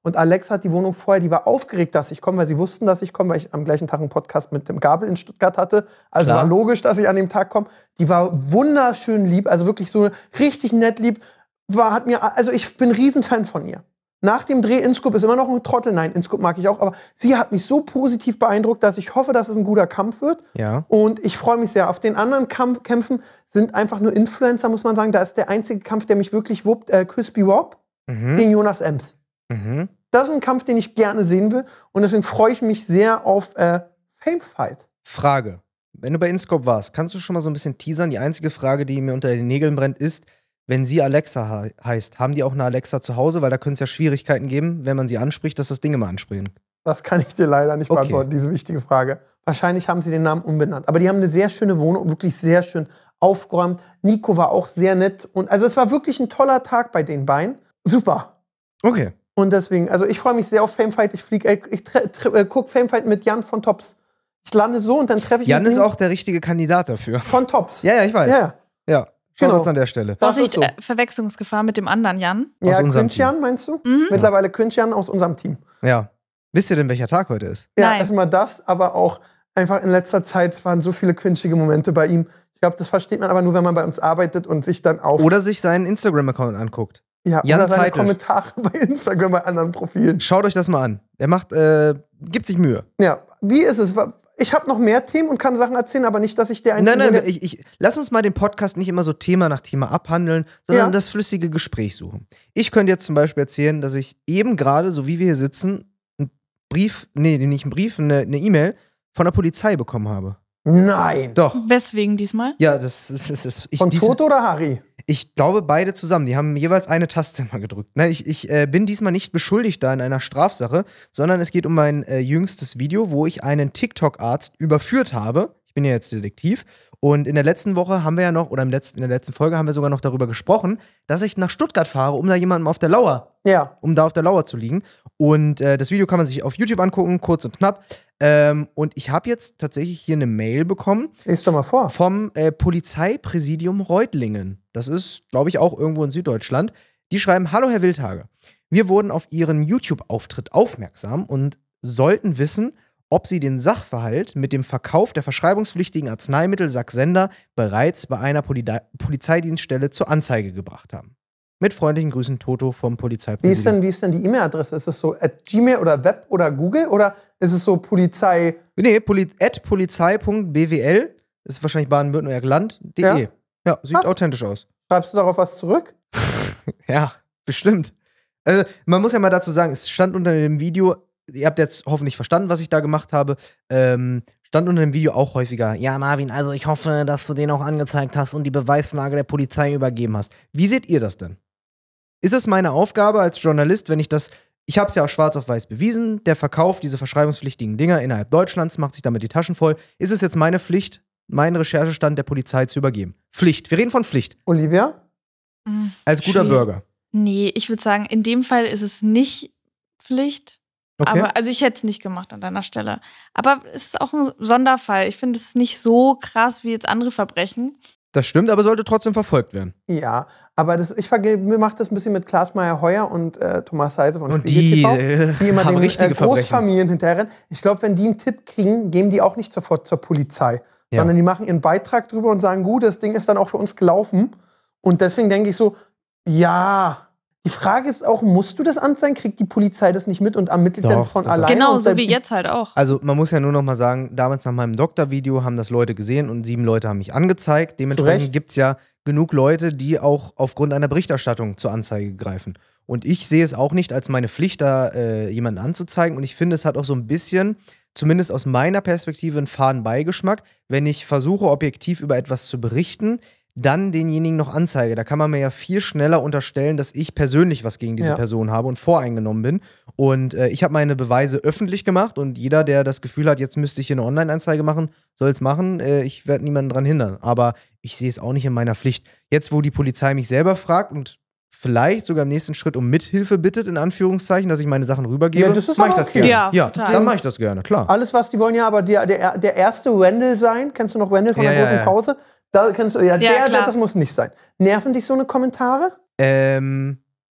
Und Alexa hat die Wohnung vorher, die war aufgeregt, dass ich komme, weil sie wussten, dass ich komme, weil ich am gleichen Tag einen Podcast mit dem Gabel in Stuttgart hatte. Also Klar. war logisch, dass ich an dem Tag komme. Die war wunderschön lieb, also wirklich so richtig nett lieb. War, hat mir, also ich bin ein Riesenfan von ihr. Nach dem Dreh, Inscope ist immer noch ein Trottel. Nein, Inscope mag ich auch. Aber sie hat mich so positiv beeindruckt, dass ich hoffe, dass es ein guter Kampf wird. Ja. Und ich freue mich sehr. Auf den anderen Kampf Kämpfen sind einfach nur Influencer, muss man sagen. Da ist der einzige Kampf, der mich wirklich wuppt, äh, Crispy Rob Mhm. gegen Jonas Ems. Mhm. Das ist ein Kampf, den ich gerne sehen will. Und deswegen freue ich mich sehr auf äh, Famefight. Frage. Wenn du bei Inscope warst, kannst du schon mal so ein bisschen teasern? Die einzige Frage, die mir unter den Nägeln brennt, ist, wenn sie Alexa he heißt, haben die auch eine Alexa zu Hause? Weil da könnte es ja Schwierigkeiten geben, wenn man sie anspricht, dass das Ding immer ansprechen. Das kann ich dir leider nicht Okay. beantworten, diese wichtige Frage. Wahrscheinlich haben sie den Namen umbenannt. Aber die haben eine sehr schöne Wohnung, wirklich sehr schön aufgeräumt. Nico war auch sehr nett. Und also es war wirklich ein toller Tag bei den beiden. Super. Okay. Und deswegen, also ich freue mich sehr auf Famefight. Ich fliege, äh, ich äh, gucke Famefight mit Jan von Tops. Ich lande so und dann treffe ich Jan mit ist ihm auch der richtige Kandidat dafür. von Tops. Ja, ja, ich weiß. Ja, Ja. Schaut Genau. uns an der Stelle. das ist Vorsicht, so. äh, Verwechslungsgefahr mit dem anderen Jan. Ja, unserem Quinchian meinst du? Mhm. Mittlerweile Quinchian aus unserem Team. Ja. Wisst ihr denn, welcher Tag heute ist? Ja, Nein. erstmal das, aber auch einfach in letzter Zeit waren so viele quinchige Momente bei ihm. Ich glaube, das versteht man aber nur, wenn man bei uns arbeitet und sich dann auf Oder sich seinen Instagram-Account anguckt. ja, Jan oder seine Zeitl. Kommentare bei Instagram bei anderen Profilen. Schaut euch das mal an. Er macht, äh, gibt sich Mühe. Ja, wie ist es? Ich habe noch mehr Themen und kann Sachen erzählen, aber nicht, dass ich der Einzige Nein, nein, bin. ich, ich, lass uns mal den Podcast nicht immer so Thema nach Thema abhandeln, sondern Ja. das flüssige Gespräch suchen. Ich könnte jetzt zum Beispiel erzählen, dass ich eben gerade, so wie wir hier sitzen, einen Brief, nee, nicht einen Brief, eine eine E-Mail von der Polizei bekommen habe. Nein. Doch. Weswegen diesmal? Ja, das ist. Das ist ich, Von diese- Toto oder Harry? Ich glaube, beide zusammen. Die haben jeweils eine Taste mal gedrückt. Nein, ich, ich äh, bin diesmal nicht beschuldigt da in einer Strafsache, sondern es geht um mein äh, jüngstes Video, wo ich einen TikTok-Arzt überführt habe. Ich bin ja jetzt Detektiv. Und in der letzten Woche haben wir ja noch, oder im letzten, in der letzten Folge haben wir sogar noch darüber gesprochen, dass ich nach Stuttgart fahre, um da jemandem auf der Lauer, Ja. um da auf der Lauer zu liegen. Und äh, das Video kann man sich auf YouTube angucken, kurz und knapp. Ähm, und ich habe jetzt tatsächlich hier eine Mail bekommen Lies doch mal vor. vom äh, Polizeipräsidium Reutlingen. Das ist, glaube ich, auch irgendwo in Süddeutschland. Die schreiben: Hallo, Herr Wildhage. Wir wurden auf Ihren YouTube-Auftritt aufmerksam und sollten wissen, ob Sie den Sachverhalt mit dem Verkauf der verschreibungspflichtigen Arzneimittel Saxenda bereits bei einer Poli Polizeidienststelle zur Anzeige gebracht haben. Mit freundlichen Grüßen, Toto vom Wie ist Polizeipräsidium. denn, wie ist denn die E-Mail-Adresse? Ist es so at Gmail oder Web oder Google oder ist es so Polizei? Nee, poli at polizei.bwl, das ist wahrscheinlich Baden-Württemberg-Land, de. Ja. Ja, sieht Was? authentisch aus. Schreibst du darauf was zurück? Ja, bestimmt. Also, man muss ja mal dazu sagen, es stand unter dem Video, ihr habt jetzt hoffentlich verstanden, was ich da gemacht habe, ähm, stand unter dem Video auch häufiger: Ja, Marvin, also ich hoffe, dass du den auch angezeigt hast und die Beweislage der Polizei übergeben hast. Wie seht ihr das denn? Ist es meine Aufgabe als Journalist, wenn ich das, ich habe es ja auch schwarz auf weiß bewiesen, der Verkauf dieser verschreibungspflichtigen Dinger innerhalb Deutschlands macht sich damit die Taschen voll, ist es jetzt meine Pflicht, meinen Recherchestand der Polizei zu übergeben? Pflicht, wir reden von Pflicht, Olivia? Hm, als guter schwierig. Bürger. Nee, ich würde sagen, in dem Fall ist es nicht Pflicht. Okay. Aber, also ich hätte es nicht gemacht an deiner Stelle. Aber es ist auch ein Sonderfall. Ich finde es nicht so krass wie jetzt andere Verbrechen. Das stimmt, aber sollte trotzdem verfolgt werden. Ja, aber das, ich verge- mir macht das ein bisschen mit Klaas Meyer-Heuer und äh, Thomas Heise von Und Spiegel die, T V, äh, die immer haben den richtige äh, Verbrechen. Großfamilien hinterherrennen. Ich glaube, wenn die einen Tipp kriegen, gehen die auch nicht sofort zur Polizei, Ja. sondern die machen ihren Beitrag drüber und sagen, gut, das Ding ist dann auch für uns gelaufen. Und deswegen denke ich so, ja, die Frage ist auch, musst du das anzeigen? Kriegt die Polizei das nicht mit und ermittelt Doch, dann von doch. alleine? Genau, und so selbst wie die- jetzt halt auch. Also man muss ja nur noch mal sagen, damals nach meinem Doktorvideo haben das Leute gesehen und sieben Leute haben mich angezeigt. Dementsprechend Recht. gibt es ja genug Leute, die auch aufgrund einer Berichterstattung zur Anzeige greifen. Und ich sehe es auch nicht als meine Pflicht, da äh, jemanden anzuzeigen. Und ich finde, es hat auch so ein bisschen, zumindest aus meiner Perspektive, einen faden Beigeschmack, wenn ich versuche, objektiv über etwas zu berichten, dann denjenigen noch anzeige. Da kann man mir ja viel schneller unterstellen, dass ich persönlich was gegen diese Ja. Person habe und voreingenommen bin. Und äh, ich habe meine Beweise öffentlich gemacht und jeder, der das Gefühl hat, jetzt müsste ich hier eine Online-Anzeige machen, soll es machen. Äh, ich werde niemanden daran hindern. Aber ich sehe es auch nicht in meiner Pflicht. Jetzt, wo die Polizei mich selber fragt und vielleicht sogar im nächsten Schritt um Mithilfe bittet, in Anführungszeichen, dass ich meine Sachen rübergebe, Ja, das ist mache ich aber das okay. gerne. Ja, ja total. dann mache ich das gerne, klar. Alles, was die wollen, ja, aber der, der, der erste Wendell sein, kennst du noch Wendell von Ja, der ja, großen ja. Pause? Da kennst du, ja, der, der, klar. das muss nicht sein. Nerven dich so eine Kommentare? Ähm,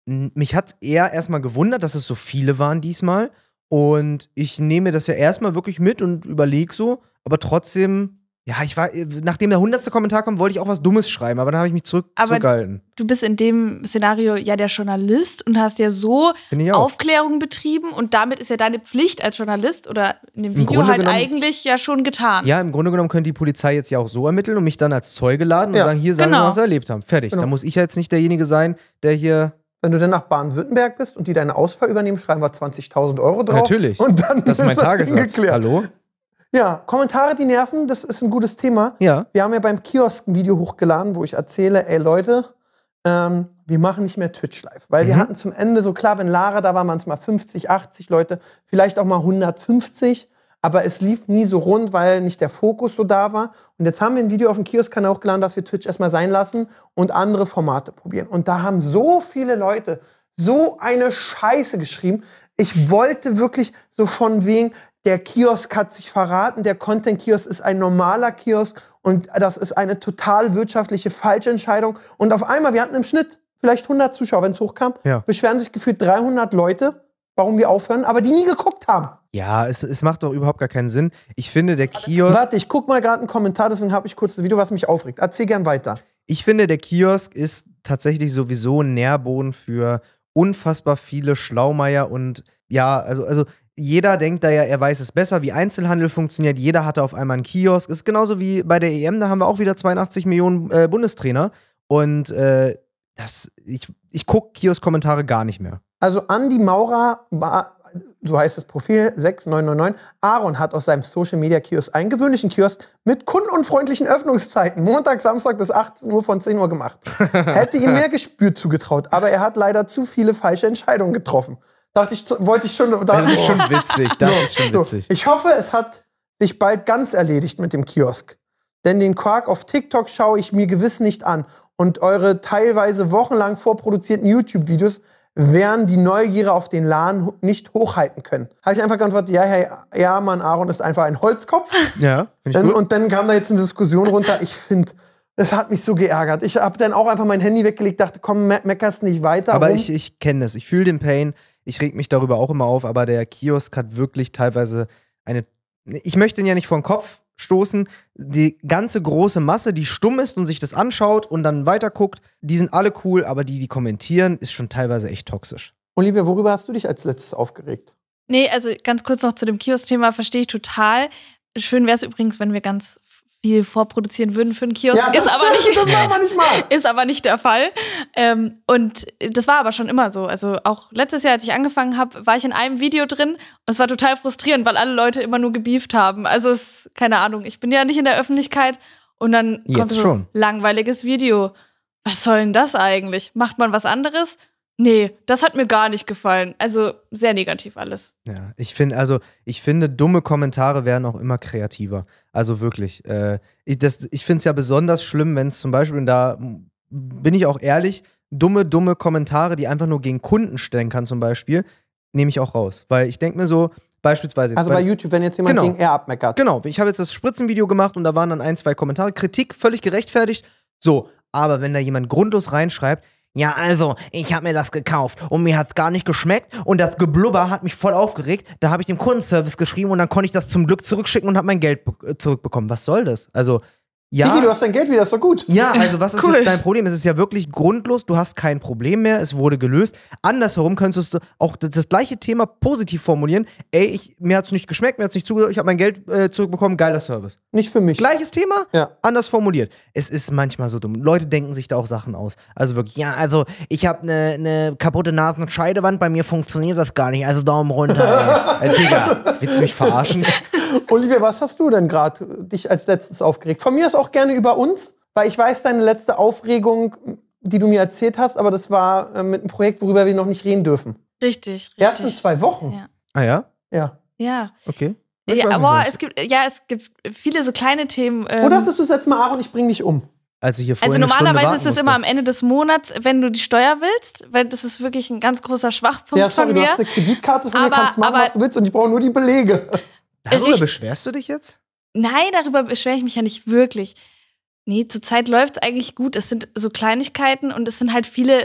n- mich hat eher erstmal gewundert, dass es so viele waren diesmal. Und ich nehme das ja erstmal wirklich mit und überlege so, aber trotzdem. Ja, ich war, nachdem der hundertste Kommentar kam, wollte ich auch was Dummes schreiben, aber dann habe ich mich zurück, Aber zurückgehalten. Du bist in dem Szenario ja der Journalist und hast ja so Finde ich auch. Aufklärung betrieben und damit ist ja deine Pflicht als Journalist oder in dem Im Video Grunde halt genommen- eigentlich ja schon getan. Ja, im Grunde genommen könnte die Polizei jetzt ja auch so ermitteln und mich dann als Zeuge laden und Ja, sagen, hier sagen wir, genau. was wir erlebt haben. Fertig. Genau. Da muss ich ja jetzt nicht derjenige sein, der hier. Wenn du dann nach Baden-Württemberg bist und die deinen Ausfall übernehmen, schreiben wir zwanzigtausend Euro drauf. Natürlich. Und dann Das ist mein Ding Tagessatz. geklärt. Hallo? Ja, Kommentare, die nerven, das ist ein gutes Thema. Ja. Wir haben ja beim Kiosk ein Video hochgeladen, wo ich erzähle, ey Leute, ähm, wir machen nicht mehr Twitch live. Weil wir Mhm. hatten zum Ende, so klar, wenn Lara da war, waren es mal fünfzig, achtzig Leute, vielleicht auch mal hundertfünfzig. Aber es lief nie so rund, weil nicht der Fokus so da war. Und jetzt haben wir ein Video auf dem Kiosk-Kanal hochgeladen, dass wir Twitch erstmal sein lassen und andere Formate probieren. Und da haben so viele Leute so eine Scheiße geschrieben. Ich wollte wirklich so von wegen, der Kiosk hat sich verraten, der Content-Kiosk ist ein normaler Kiosk und das ist eine total wirtschaftliche Falschentscheidung. Und auf einmal, wir hatten im Schnitt vielleicht hundert Zuschauer, wenn es hochkam, Ja. beschweren sich gefühlt dreihundert Leute, warum wir aufhören, aber die nie geguckt haben. Ja, es, es macht doch überhaupt gar keinen Sinn. Ich finde, der Kiosk. Warte, ich guck mal gerade einen Kommentar, deswegen habe ich kurz das Video, was mich aufregt. Erzähl gern weiter. Ich finde, der Kiosk ist tatsächlich sowieso ein Nährboden für unfassbar viele Schlaumeier und ja, also, also jeder denkt da ja, er weiß es besser, wie Einzelhandel funktioniert. Jeder hatte auf einmal einen Kiosk. Ist genauso wie bei der E M, da haben wir auch wieder zweiundachtzig Millionen äh, Bundestrainer. Und äh, das, ich, ich gucke Kiosk-Kommentare gar nicht mehr. Also Andi Maurer, Ma- so heißt das Profil, sechs neun neun neun. Aaron hat aus seinem Social-Media-Kiosk einen gewöhnlichen Kiosk mit kundenunfreundlichen Öffnungszeiten, Montag, Samstag bis achtzehn Uhr von zehn Uhr gemacht. Hätte ihm mehr Gespür zugetraut, aber er hat leider zu viele falsche Entscheidungen getroffen. Dachte ich, wollte ich schon... Das ist schon witzig, das ist schon So, witzig. ich hoffe, es hat sich bald ganz erledigt mit dem Kiosk. Denn den Quark auf TikTok schaue ich mir gewiss nicht an. Und eure teilweise wochenlang vorproduzierten YouTube-Videos werden die Neugier auf den Laden nicht hochhalten können. Habe ich einfach geantwortet, ja, hey, ja, Mann, Aaron ist einfach ein Holzkopf. Ja, finde ich Dann, gut. und dann kam da jetzt eine Diskussion runter. Ich finde, das hat mich so geärgert. Ich habe dann auch einfach mein Handy weggelegt, dachte, komm, me meckerst nicht weiter. Aber rum. ich, ich kenne das. Ich fühle den Pain. Ich reg mich darüber auch immer auf. Aber der Kiosk hat wirklich teilweise eine. Ich möchte ihn ja nicht vor den Kopf stoßen. Die ganze große Masse, die stumm ist und sich das anschaut und dann weiterguckt, die sind alle cool. Aber die, die kommentieren, ist schon teilweise echt toxisch. Olivia, worüber hast du dich als letztes aufgeregt? Nee, also ganz kurz noch zu dem Kiosk-Thema, verstehe ich total. Schön wäre es übrigens, wenn wir ganz viel vorproduzieren würden für einen Kiosk. Ja, das ist aber stimmt, nicht, das war aber nicht mal. ist aber nicht der Fall. Ähm, und das war aber schon immer so. Also auch letztes Jahr, als ich angefangen habe, war ich in einem Video drin und es war total frustrierend, weil alle Leute immer nur gebieft haben. Also es, keine Ahnung, ich bin ja nicht in der Öffentlichkeit und dann Jetzt kommt so schon. langweiliges Video. Was soll denn das eigentlich? Macht man was anderes? Nee, das hat mir gar nicht gefallen. Also sehr negativ alles. Ja, ich finde, also, ich finde, dumme Kommentare werden auch immer kreativer. Also wirklich. Äh, ich das, ich finde es ja besonders schlimm, wenn es zum Beispiel, und da bin ich auch ehrlich, dumme, dumme Kommentare, die einfach nur gegen Kunden stellen kann, zum Beispiel, nehme ich auch raus. Weil ich denke mir so, beispielsweise. Jetzt Also bei YouTube, wenn jetzt jemand Genau. gegen R abmeckert. Genau, ich habe jetzt das Spritzenvideo gemacht und da waren dann ein, zwei Kommentare. Kritik völlig gerechtfertigt. So, aber wenn da jemand grundlos reinschreibt, ja, also, ich habe mir das gekauft und mir hat's gar nicht geschmeckt und das Geblubber hat mich voll aufgeregt. Da habe ich dem Kundenservice geschrieben und dann konnte ich das zum Glück zurückschicken und habe mein Geld be- zurückbekommen. Was soll das? Also, ja. Digi, du hast dein Geld wieder, ist doch gut. Ja, also was ist Cool. jetzt dein Problem? Es ist ja wirklich grundlos, du hast kein Problem mehr, es wurde gelöst. Andersherum könntest du auch das, das gleiche Thema positiv formulieren. Ey, ich, mir hat's nicht geschmeckt, mir hat's nicht zugehört, ich habe mein Geld äh, zurückbekommen, geiler Service. Nicht für mich. Gleiches Thema, Ja. anders formuliert. Es ist manchmal so dumm. Leute denken sich da auch Sachen aus. Also wirklich, ja, also ich habe eine ne kaputte Nasenscheidewand, bei mir funktioniert das gar nicht, also Daumen runter. Ey. Äh, Digga, willst du mich verarschen? Olivia, was hast du denn gerade dich als letztes aufgeregt? Von mir ist auch gerne über uns, weil ich weiß, deine letzte Aufregung, die du mir erzählt hast, aber das war äh, mit einem Projekt, worüber wir noch nicht reden dürfen. Richtig, richtig. Erst in zwei Wochen. Ja. Ah ja? Ja. Ja. Okay. Ich weiß Ja, nicht, aber was- es gibt, ja, es gibt viele so kleine Themen. Ähm, Wo dachtest du das letzte Mal, Aaron, ich bring dich um? Als ich hier vorhin also eine Stunde normalerweise warten ist es musste. immer am Ende des Monats, wenn du die Steuer willst, weil das ist wirklich ein ganz großer Schwachpunkt Ja, sorry, von du mir. hast eine Kreditkarte von mir, Aber- kannst machen, aber- was du willst und ich brauche nur die Belege. Darüber Richtig- beschwerst du dich jetzt? Nein, darüber beschwere ich mich ja nicht wirklich. Nee, zurzeit läuft es eigentlich gut. Es sind so Kleinigkeiten und es sind halt viele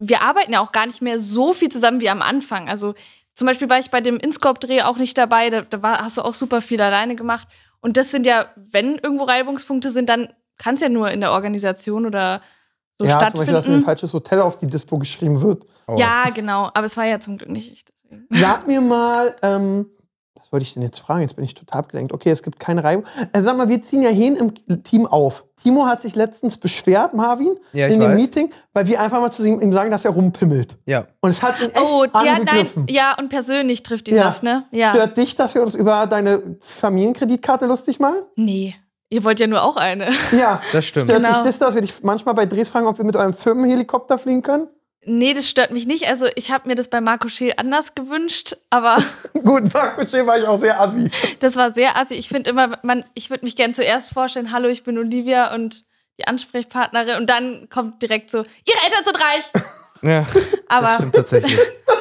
wir arbeiten ja auch gar nicht mehr so viel zusammen wie am Anfang. Also zum Beispiel war ich bei dem InScope-Dreh auch nicht dabei, da, da war, hast du auch super viel alleine gemacht. Und das sind ja, wenn irgendwo Reibungspunkte sind, dann kann es ja nur in der Organisation oder so ja, stattfinden. zum Beispiel, dass mir ein falsches Hotel auf die Dispo geschrieben wird. Oh. Ja, genau. Aber es war ja zum Glück nicht ich. Deswegen. Sag mir mal, ähm, was wollte ich denn jetzt fragen? Jetzt bin ich total abgelenkt. Okay, es gibt keine Reibung. Äh, sag mal, wir ziehen ja hin im Team auf. Timo hat sich letztens beschwert, Marvin, Ja, ich in dem weiß. Meeting, weil wir einfach mal zu ihm sagen, dass er rumpimmelt. Ja. Und es hat ihn echt Oh, ja, nein. angegriffen. Ja, und persönlich trifft ihn Ja. das, ne? Ja. Stört dich, dass wir uns über deine Familienkreditkarte lustig machen? Nee. Ihr wollt ja nur auch eine. Ja. Das stimmt. Stört Genau. dich das, dass wir dich manchmal bei Drehs fragen, ob wir mit eurem Firmenhelikopter fliegen können? Nee, das stört mich nicht. Also, ich habe mir das bei Marco Scheel anders gewünscht, aber Gut, Marco Schee war ich auch sehr assi. das war sehr assi. Ich finde immer, man, ich würde mich gern zuerst vorstellen, hallo, ich bin Olivia und die Ansprechpartnerin. Und dann kommt direkt so, ihre Eltern sind reich. Ja, Aber, das stimmt tatsächlich.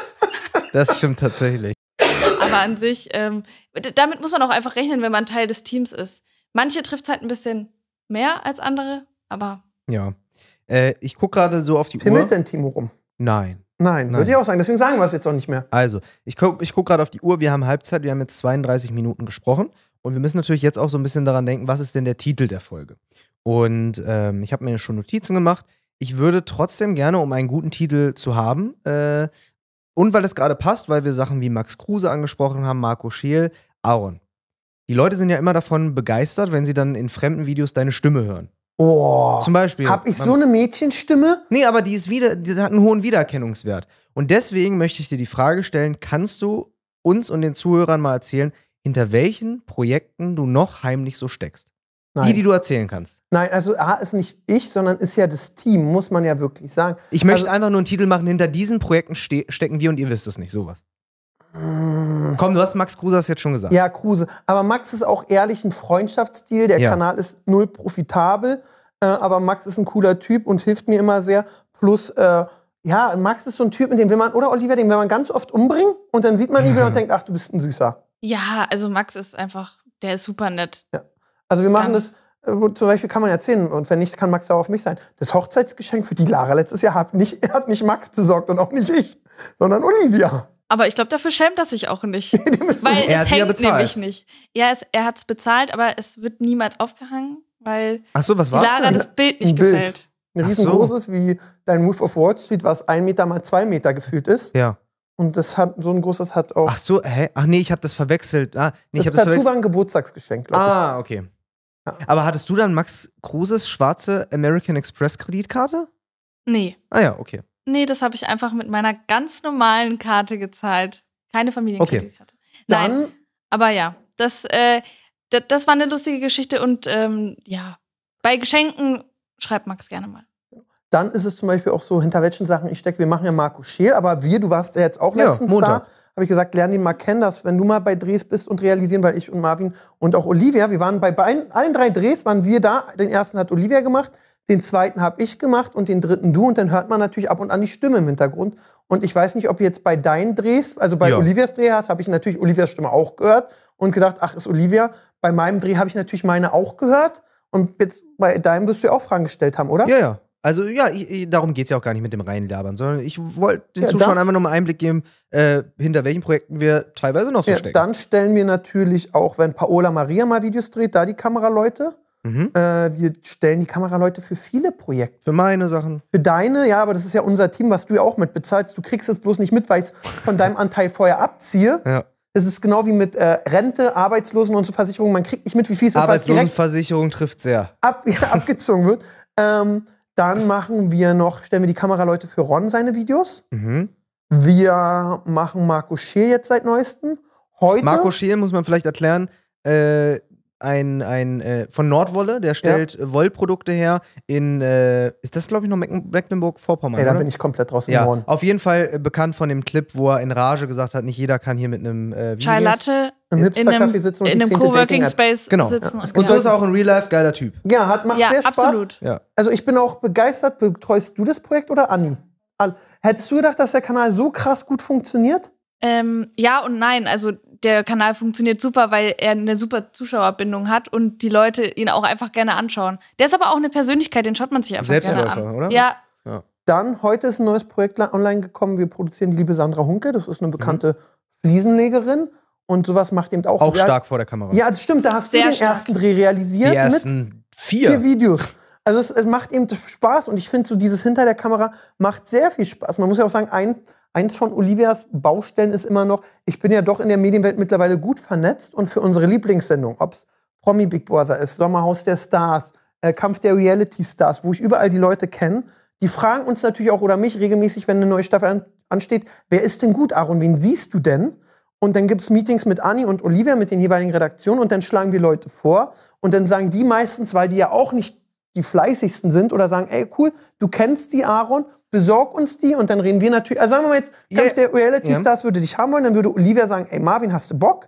Das stimmt tatsächlich. aber an sich, ähm, d- damit muss man auch einfach rechnen, wenn man Teil des Teams ist. Manche trifft es halt ein bisschen mehr als andere, aber Ja. Äh, ich gucke gerade so auf die Uhr. Pimmelt denn Timo rum? Nein. Nein, Nein. würde ich auch sagen. Deswegen sagen wir es jetzt auch nicht mehr. Also, ich gucke ich guck gerade auf die Uhr. Wir haben Halbzeit. Wir haben jetzt zweiunddreißig Minuten gesprochen. Und wir müssen natürlich jetzt auch so ein bisschen daran denken, was ist denn der Titel der Folge? Und ähm, ich habe mir schon Notizen gemacht. Ich würde trotzdem gerne, um einen guten Titel zu haben, äh, und weil es gerade passt, weil wir Sachen wie Max Kruse angesprochen haben, Marco Scheel, Aaron. Die Leute sind ja immer davon begeistert, wenn sie dann in fremden Videos deine Stimme hören. Oh. Zum Beispiel. Hab ich man- so eine Mädchenstimme? Nee, aber die ist wieder, die hat einen hohen Wiedererkennungswert. Und deswegen möchte ich dir die Frage stellen: Kannst du uns und den Zuhörern mal erzählen, hinter welchen Projekten du noch heimlich so steckst? Nein. Die, die du erzählen kannst. Nein, also A ist nicht ich, sondern ist ja das Team, muss man ja wirklich sagen. Ich möchte Also- einfach nur einen Titel machen: Hinter diesen Projekten ste stecken wir und ihr wisst es nicht, sowas. Komm, du hast Max Kruse das jetzt schon gesagt. Ja, Kruse. Aber Max ist auch ehrlich ein Freundschaftsstil. Der Ja. Kanal ist null profitabel. Äh, aber Max ist ein cooler Typ und hilft mir immer sehr. Plus, äh, ja, Max ist so ein Typ, mit dem will man, oder Oliver, den will man ganz oft umbringen. Und dann sieht man ihn wieder und denkt, ach, du bist ein Süßer. ja, also Max ist einfach, der ist super nett. Also wir machen Dann- das, äh, wo- zum Beispiel kann man erzählen, und wenn nicht, kann Max auch auf mich sein. Das Hochzeitsgeschenk für die Lara letztes Jahr hat nicht, hat nicht Max besorgt und auch nicht ich, sondern Olivia. Aber ich glaube, dafür schämt er sich auch nicht. ist- Weil Er hat es sie ja hängt bezahlt. nämlich nicht. Ja, es, er hat es bezahlt, aber es wird niemals aufgehangen, weil Ach so, was die war's Lara denn? das Bild nicht Ein Bild. gefällt. Ein Ach so. riesengroßes, wie dein Wolf of Wall Street, was ein Meter mal zwei Meter gefühlt ist. Ja. Und das hat, so ein großes hat auch, Ach so, hä? Ach nee, ich habe das verwechselt. Ah, nee, ich das habe das Tattoo war verwechselt. ein Geburtstagsgeschenk, glaube ich. Ah, okay. Ja. Aber hattest du dann Max Kruses schwarze American Express Kreditkarte? Nee. Ah ja, okay. Nee, das habe ich einfach mit meiner ganz normalen Karte gezahlt. Keine Familienkreditkarte. Nein, Dann, aber ja, das, äh, das, das war eine lustige Geschichte und ähm, ja, bei Geschenken schreibt Max gerne mal. dann ist es zum Beispiel auch so, hinter welchen Sachen ich stecke. Wir machen ja Marco Scheel, aber wir, du warst ja jetzt auch Ja, letztens Montag. da, habe ich gesagt, lern ihn mal kennen, dass wenn du mal bei Drehs bist und realisieren, weil ich und Marvin und auch Olivia, wir waren bei beiden, allen drei Drehs, waren wir da. Den ersten hat Olivia gemacht, den zweiten habe ich gemacht und den dritten du. Und dann hört man natürlich ab und an die Stimme im Hintergrund. Und ich weiß nicht, ob jetzt bei deinen Drehs, also bei Ja. Olivias Dreh hast, habe ich natürlich Olivias Stimme auch gehört und gedacht, ach, ist Olivia. Bei meinem Dreh habe ich natürlich meine auch gehört. Und jetzt bei deinem wirst du ja auch Fragen gestellt haben, oder? Ja, ja. Also ja, ich, ich, darum geht es ja auch gar nicht mit dem reinlabern, sondern ich wollte den Ja, Zuschauern das- einfach nur mal einen Einblick geben, äh, hinter welchen Projekten wir teilweise noch so Ja, stecken. dann stellen wir natürlich auch, wenn Paola Maria mal Videos dreht, da die Kameraleute. Mhm. Äh, wir stellen die Kameraleute für viele Projekte. Für meine Sachen. Für deine, ja, aber das ist ja unser Team, was du ja auch mitbezahlst. Du kriegst es bloß nicht mit, weil ich es von deinem Anteil vorher abziehe. Ja. Es ist genau wie mit äh, Rente, Arbeitslosen und so Versicherung. Man kriegt nicht mit, wie viel es ist, weil es direkt Arbeitslosenversicherung trifft sehr. ab, ja, abgezogen wird. Ähm, dann machen wir noch, stellen wir die Kameraleute für Ron seine Videos. Mhm. Wir machen Marco Scheel jetzt seit neuestem. Heute. Marco Scheel, muss man vielleicht erklären, äh, ein, ein äh, von Nordwolle, der stellt äh, Wollprodukte her in, äh, ist das glaube ich noch Meck- Mecklenburg-Vorpommern, Ey, da oder? bin ich komplett raus im Ja, Norden. auf jeden Fall äh, bekannt von dem Clip, wo er in Rage gesagt hat, nicht jeder kann hier mit einem äh, wie Chai heißt- Latte Im in Hipster-Café einem, sitzen und in die einem zehnte Coworking Dating-App. Space Genau. sitzen. Ja. und Und so ist er auch in Real Life geiler Typ. Ja, hat, macht Ja, sehr Spaß. absolut. Ja. Also ich bin auch begeistert. Betreust du das Projekt oder Anni? Al- Hättest du gedacht, dass der Kanal so krass gut funktioniert? Ähm, ja und nein. Also der Kanal funktioniert super, weil er eine super Zuschauerbindung hat und die Leute ihn auch einfach gerne anschauen. Der ist aber auch eine Persönlichkeit, den schaut man sich einfach gerne Selbstläufer, an. oder? Ja, Ja. Dann, heute ist ein neues Projekt online gekommen. Wir produzieren die liebe Sandra Hunke. Das ist eine bekannte mhm. Fliesenlegerin. Und sowas macht eben auch... Auch stark vor der Kamera. Ja, das stimmt. Da hast Sehr du den stark. ersten Dreh realisiert. Die ersten mit vier. vier Videos. Also es, es macht eben Spaß. Und ich finde, so dieses hinter der Kamera macht sehr viel Spaß. Man muss ja auch sagen, ein, eins von Olivias Baustellen ist immer noch, ich bin ja doch in der Medienwelt mittlerweile gut vernetzt. Und für unsere Lieblingssendung, ob es Promi Big Brother ist, Sommerhaus der Stars, äh, Kampf der Reality Stars, wo ich überall die Leute kenne, die fragen uns natürlich auch oder mich regelmäßig, wenn eine neue Staffel an, ansteht, wer ist denn gut, Aaron, wen siehst du denn? Und dann gibt es Meetings mit Anni und Olivia, mit den jeweiligen Redaktionen und dann schlagen wir Leute vor und dann sagen die meistens, weil die ja auch nicht die fleißigsten sind oder sagen, ey cool, du kennst die, Aaron, besorg uns die und dann reden wir natürlich, also sagen wir mal jetzt, Kampf yeah. der Reality Stars yeah. würde dich haben wollen, dann würde Olivia sagen, ey Marvin, hast du Bock?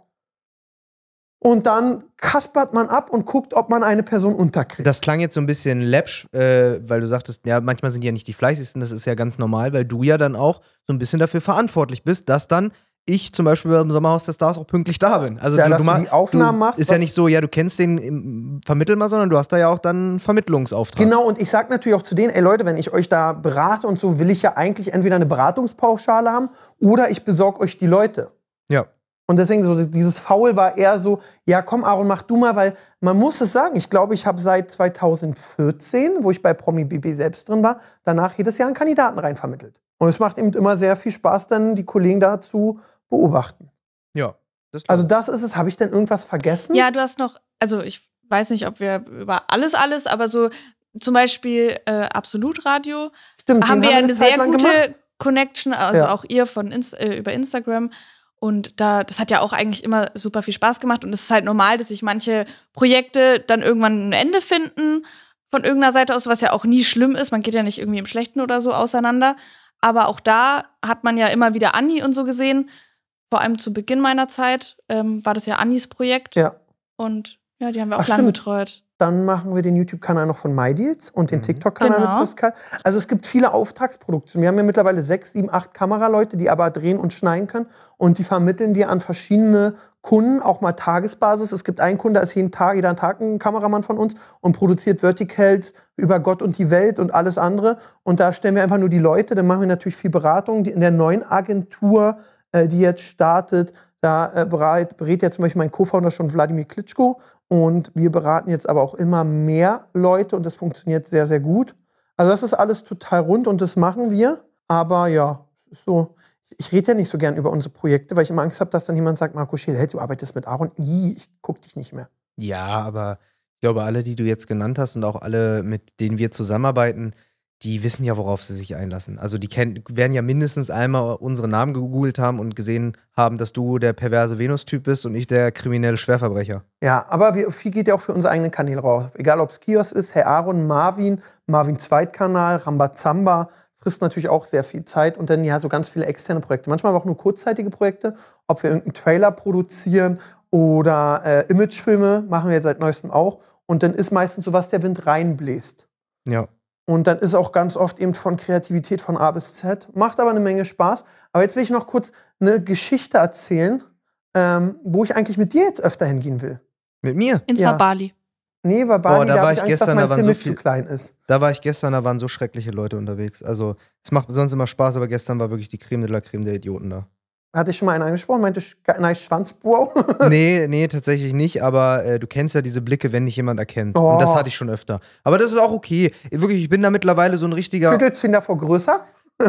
Und dann kaspert man ab und guckt, ob man eine Person unterkriegt. Das klang jetzt so ein bisschen läppsch, äh, weil du sagtest, ja, manchmal sind die ja nicht die fleißigsten, das ist ja ganz normal, weil du ja dann auch so ein bisschen dafür verantwortlich bist, dass dann ich zum Beispiel beim Sommerhaus der Stars auch pünktlich da bin. Also ja, du, dass du, du die Aufnahmen machst. Ist ja nicht so, ja, du kennst den im, vermittel mal, sondern du hast da ja auch dann einen Vermittlungsauftrag. Genau, und ich sag natürlich auch zu denen, ey Leute, wenn ich euch da berate und so, will ich ja eigentlich entweder eine Beratungspauschale haben oder ich besorge euch die Leute. Ja. Und deswegen so dieses Foul war eher so, ja komm Aaron, mach du mal, weil man muss es sagen, ich glaube, ich habe seit zweitausendvierzehn, wo ich bei Promi B B selbst drin war, danach jedes Jahr einen Kandidaten rein vermittelt. Und es macht eben immer sehr viel Spaß, dann die Kollegen da zu beobachten. Ja. Das also das ist es. Habe ich denn irgendwas vergessen? Ja, du hast noch, also ich weiß nicht, ob wir über alles, alles, aber so zum Beispiel äh, Absolutradio. Stimmt, haben wir ja eine, eine sehr gute gemacht. Connection, also ja. auch ihr von Inst äh, über Instagram. Und da, das hat ja auch eigentlich immer super viel Spaß gemacht. Und es ist halt normal, dass sich manche Projekte dann irgendwann ein Ende finden von irgendeiner Seite aus, was ja auch nie schlimm ist. Man geht ja nicht irgendwie im Schlechten oder so auseinander. Aber auch da hat man ja immer wieder Anni und so gesehen. Vor allem zu Beginn meiner Zeit ähm, war das ja Annis Projekt. Ja. Und ja, die haben wir auch Ach, lange stimmt. betreut. Dann machen wir den YouTube-Kanal noch von MyDeals und den Mhm. TikTok-Kanal Genau. mit Pascal. Also es gibt viele Auftragsproduktionen. Wir haben ja mittlerweile sechs, sieben, acht Kameraleute, die aber drehen und schneiden können. Und die vermitteln wir an verschiedene Kunden, auch mal Tagesbasis. Es gibt einen Kunden, da ist jeden Tag, jeden Tag ein Kameramann von uns und produziert Verticals über Gott und die Welt und alles andere. Und da stellen wir einfach nur die Leute. Dann machen wir natürlich viel Beratung. Die in der neuen Agentur, äh, die jetzt startet, da äh, berät, berät jetzt zum Beispiel mein Co-Founder schon Wladimir Klitschko. Und wir beraten jetzt aber auch immer mehr Leute und das funktioniert sehr, sehr gut. Also das ist alles total rund und das machen wir. Aber ja, so, ich rede ja nicht so gern über unsere Projekte, weil ich immer Angst habe, dass dann jemand sagt, Marco Scheel, hey, du arbeitest mit Aaron, Ih, ich guck dich nicht mehr. Ja, aber ich glaube, alle, die du jetzt genannt hast und auch alle, mit denen wir zusammenarbeiten, die wissen ja, worauf sie sich einlassen. Also die kennen, werden ja mindestens einmal unsere Namen gegoogelt haben und gesehen haben, dass du der perverse Venus-Typ bist und ich der kriminelle Schwerverbrecher. Ja, aber wir, viel geht ja auch für unsere eigenen Kanäle raus. Egal, ob es Kiosk ist, Herr Aaron, Marvin, Marvin Zweitkanal, Rambazamba, frisst natürlich auch sehr viel Zeit und dann ja so ganz viele externe Projekte. Manchmal aber auch nur kurzzeitige Projekte, ob wir irgendeinen Trailer produzieren oder äh, Imagefilme, machen wir jetzt seit neuestem auch. Und dann ist meistens so, was der Wind reinbläst. Ja. Und dann ist auch ganz oft eben von Kreativität von A bis Z. Macht aber eine Menge Spaß. Aber jetzt will ich noch kurz eine Geschichte erzählen, ähm, wo ich eigentlich mit dir jetzt öfter hingehen will. Mit mir? Ins Ja. war Bali. Nee, war Bali, Boah, da da war habe ich ich Angst, gestern, dass da mein waren so Pimmel viel- zu klein ist. Da war ich gestern, da waren so schreckliche Leute unterwegs. Also, es macht sonst immer Spaß, aber gestern war wirklich die Creme de la Creme der Idioten da. Hatte ich schon mal einen angesprochen, meinte, sch- nice Schwanz, wow. Nee, nee, tatsächlich nicht, aber äh, du kennst ja diese Blicke, wenn dich jemand erkennt. Oh. Und das hatte ich schon öfter. Aber das ist auch okay. Wirklich, ich bin da mittlerweile so ein richtiger. Schüttelst du ihn davor größer?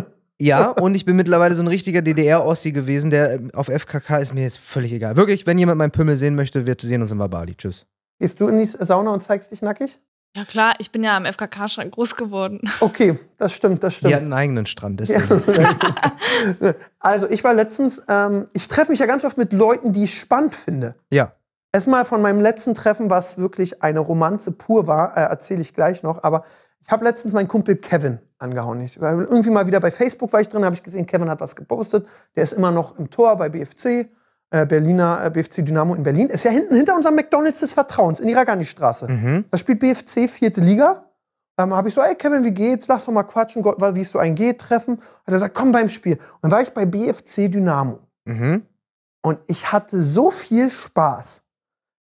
Ja, und ich bin mittlerweile so ein richtiger D D R-Ossi gewesen, der ähm, auf F K K ist mir jetzt völlig egal. Wirklich, wenn jemand meinen Pimmel sehen möchte, wir sehen uns in Bali. Tschüss. Gehst du in die Sauna und zeigst dich nackig? Ja klar, ich bin ja am F K K-Schrank groß geworden. Okay, das stimmt, das Die stimmt. hat einen eigenen Strand, deswegen. Also ich war letztens, ähm, ich treffe mich ja ganz oft mit Leuten, die ich spannend finde. Ja. Erstmal von meinem letzten Treffen, was wirklich eine Romanze pur war, äh, erzähle ich gleich noch. Aber ich habe letztens meinen Kumpel Kevin angehauen. Ich war irgendwie mal wieder bei Facebook war ich drin, habe ich gesehen, Kevin hat was gepostet. Der ist immer noch im Tor bei B F C, äh, Berliner äh, B F C Dynamo in Berlin. Ist ja hinten hinter unserem McDonald's des Vertrauens in die Ragani-Straße. Mhm. Da spielt B F C vierte Liga. Ähm, habe ich so, ey Kevin, wie geht's? Lass doch mal quatschen, Gott, wie es so ein geht, treffen. Hat er gesagt, komm beim Spiel. Und dann war ich bei B F C Dynamo. Mhm. Und ich hatte so viel Spaß.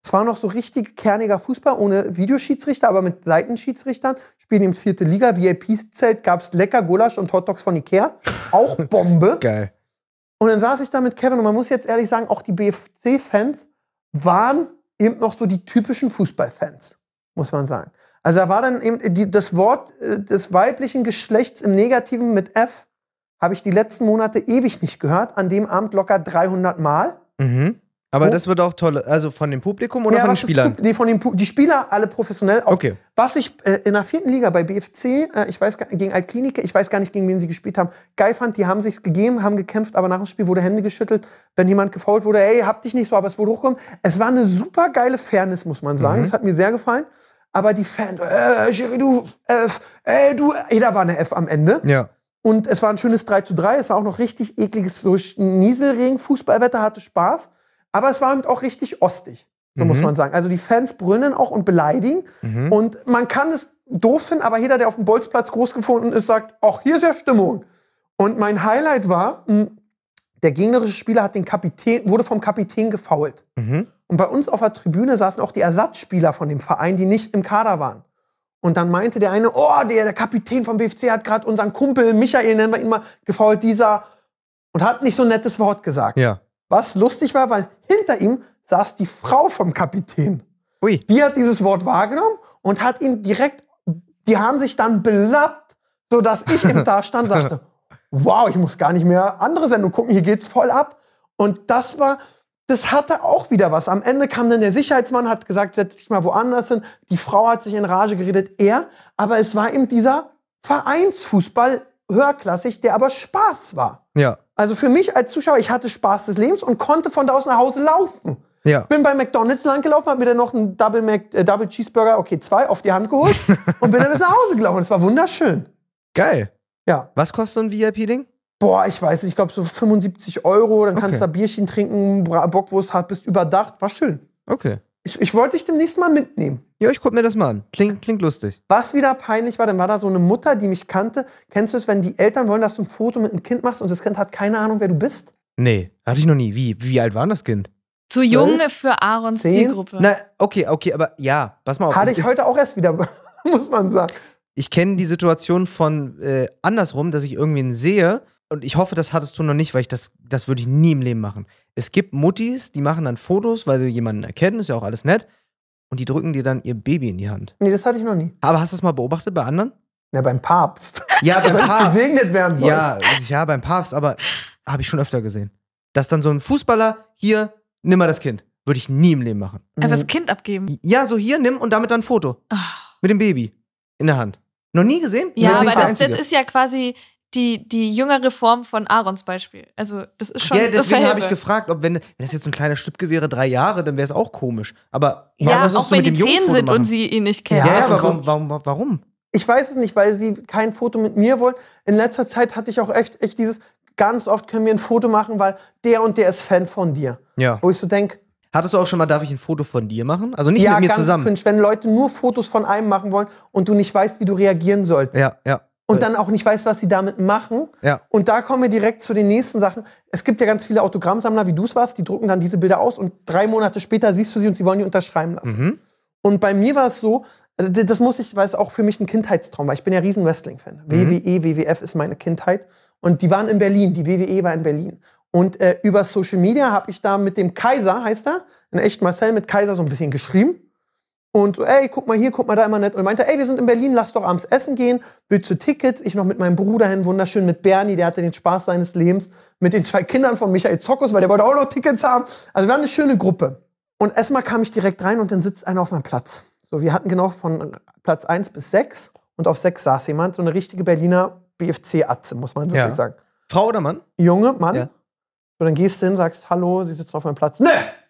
Zwar noch so richtig kerniger Fußball, ohne Videoschiedsrichter, aber mit Seitenschiedsrichtern. Spielen im vierte Liga, V I P-Zelt, gab's lecker Gulasch und Hotdogs von Ikea. Auch Bombe. Geil. Und dann saß ich da mit Kevin und man muss jetzt ehrlich sagen, auch die B F C-Fans waren eben noch so die typischen Fußballfans, muss man sagen. Also da war dann eben die, das Wort äh, des weiblichen Geschlechts im Negativen mit F, habe ich die letzten Monate ewig nicht gehört. An dem Abend locker dreihundert Mal. Mhm. Aber Wo? das wird auch toll, also von dem Publikum oder Ja, von den was ist Spielern? Pu- Nee, von den Pu- die Spieler alle professionell. Auch Okay. Was ich äh, in der vierten Liga bei B F C, äh, ich weiß gar, gegen Altklinike, ich weiß gar nicht, gegen wen sie gespielt haben, geil fand, die haben sich's gegeben, haben gekämpft, aber nach dem Spiel wurde Hände geschüttelt. Wenn jemand gefoult wurde, ey, hab dich nicht so, aber es wurde hochgekommen. Es war eine super geile Fairness, muss man sagen. Mhm. Das hat mir sehr gefallen. Aber die Fans, äh, Schiri, du, F, ey, du, ey, da war eine F am Ende. Ja. Und es war ein schönes drei zu drei. Es war auch noch richtig ekliges so Nieselregen, Fußballwetter, hatte Spaß. Aber es war eben auch richtig ostig, so Mhm. muss man sagen. Also die Fans brüllen auch und beleidigen. Mhm. Und man kann es doof finden, aber jeder, der auf dem Bolzplatz groß gefunden ist, sagt, ach, hier ist ja Stimmung. Und mein Highlight war, mh, der gegnerische Spieler hat den Kapitän, wurde vom Kapitän gefoult. Mhm. Und bei uns auf der Tribüne saßen auch die Ersatzspieler von dem Verein, die nicht im Kader waren. Und dann meinte der eine, oh, der, der Kapitän vom B F C hat gerade unseren Kumpel, Michael nennen wir ihn mal, gefoult, dieser, und hat nicht so ein nettes Wort gesagt. Ja. Was lustig war, weil hinter ihm saß die Frau vom Kapitän. Ui. Die hat dieses Wort wahrgenommen und hat ihn direkt, die haben sich dann belappt, sodass ich eben da stand und dachte, wow, ich muss gar nicht mehr andere Sendung gucken, hier geht's voll ab. Und das war, das hatte auch wieder was. Am Ende kam dann der Sicherheitsmann, hat gesagt, setz dich mal woanders hin. Die Frau hat sich in Rage geredet, er. Aber es war eben dieser Vereinsfußball, höherklassig, der aber Spaß war. Ja. Also für mich als Zuschauer, ich hatte Spaß des Lebens und konnte von da aus nach Hause laufen. Ja. Bin bei McDonald's lang gelaufen, hab mir dann noch einen Double, Mac, äh, Double Cheeseburger, okay, zwei, auf die Hand geholt und bin dann bis nach Hause gelaufen. Es war wunderschön. Geil. Ja. Was kostet so ein V I P-Ding? Boah, ich weiß nicht, ich glaube so fünfundsiebzig Euro, dann kannst du Okay. da Bierchen trinken, Bra- Bockwurst hat, bist überdacht. War schön. Okay. Ich, ich wollte dich demnächst mal mitnehmen. Ja, ich guck mir das mal an. Klingt, klingt lustig. Was wieder peinlich war, dann war da so eine Mutter, die mich kannte. Kennst du es, wenn die Eltern wollen, dass du ein Foto mit einem Kind machst und das Kind hat keine Ahnung, wer du bist? Nee, hatte ich noch nie. Wie, wie alt war denn das Kind? Zu jung für Aarons Zehn? Zielgruppe. Na, okay, okay, aber ja, pass mal auf. Hatte Es ich ist- heute auch erst wieder, muss man sagen. Ich kenne die Situation von äh, andersrum, dass ich irgendwen sehe und ich hoffe, das hattest du noch nicht, weil ich das, das würde ich nie im Leben machen. Es gibt Muttis, die machen dann Fotos, weil sie jemanden erkennen, ist ja auch alles nett, und die drücken dir dann ihr Baby in die Hand. Nee, das hatte ich noch nie. Aber hast du das mal beobachtet bei anderen? Ja, beim Papst. Ja, beim Wenn ich Papst. gesegnet werden soll. Ja, ja, beim Papst, aber habe ich schon öfter gesehen. Dass dann so ein Fußballer, hier, nimm mal das Kind. Würde ich nie im Leben machen. Einfach das Kind abgeben. Ja, so hier, nimm und damit dann ein Foto. Ah. Mit dem Baby in der Hand. Noch nie gesehen? Ja, Bin ich aber der das, Einzige. das ist ja quasi die, die jüngere Form von Aarons Beispiel. Also, das ist schon Ja, deswegen dasselbe. habe ich gefragt, ob wenn, wenn das jetzt so ein kleiner Stück wäre, drei Jahre, dann wäre es auch komisch. Aber Ja, was auch musst du wenn mit die dem Jungen zehn Foto sind machen? und sie ihn nicht kennen. Ja, ja, Ja, aber also- warum, warum, warum? Ich weiß es nicht, weil sie kein Foto mit mir wollen. In letzter Zeit hatte ich auch echt, echt dieses, ganz oft können wir ein Foto machen, weil der und der ist Fan von dir. Ja. Wo ich so denke, Hattest du auch schon mal, darf ich ein Foto von dir machen? Also nicht ja, mit mir ganz zusammen. cringe, wenn Leute nur Fotos von einem machen wollen und du nicht weißt, wie du reagieren sollst. Ja, ja. Und dann auch nicht weißt, was sie damit machen. Ja. Und da kommen wir direkt zu den nächsten Sachen. Es gibt ja ganz viele Autogrammsammler, wie du es warst, die drucken dann diese Bilder aus und drei Monate später siehst du sie und sie wollen die unterschreiben lassen. Mhm. Und bei mir war es so, also d- das muss ich, weil es auch für mich ein Kindheitstraum war. Ich bin ja riesen Wrestling-Fan. Mhm. W W E, W W F ist meine Kindheit. Und die waren in Berlin. Die W W E war in Berlin. Und äh, über Social Media habe ich da mit dem Kaiser, heißt er, in echt Marcel mit Kaiser so ein bisschen geschrieben. Und so, ey, guck mal hier, guck mal da, immer nett. Und er meinte, ey, wir sind in Berlin, lass doch abends essen gehen. Willst du Tickets? Ich noch mit meinem Bruder hin, wunderschön mit Bernie, der hatte den Spaß seines Lebens. Mit den zwei Kindern von Michael Zokos, weil der wollte auch noch Tickets haben. Also wir waren eine schöne Gruppe. Und erstmal kam ich direkt rein und dann sitzt einer auf meinem Platz. So, wir hatten genau von Platz eins bis sechs und auf sechs saß jemand, so eine richtige Berliner B F C-Atze, muss man wirklich Ja. sagen. Frau oder Mann? Junge, Mann. Ja. So, dann gehst du hin, sagst, hallo, sie sitzen auf meinem Platz. Nee,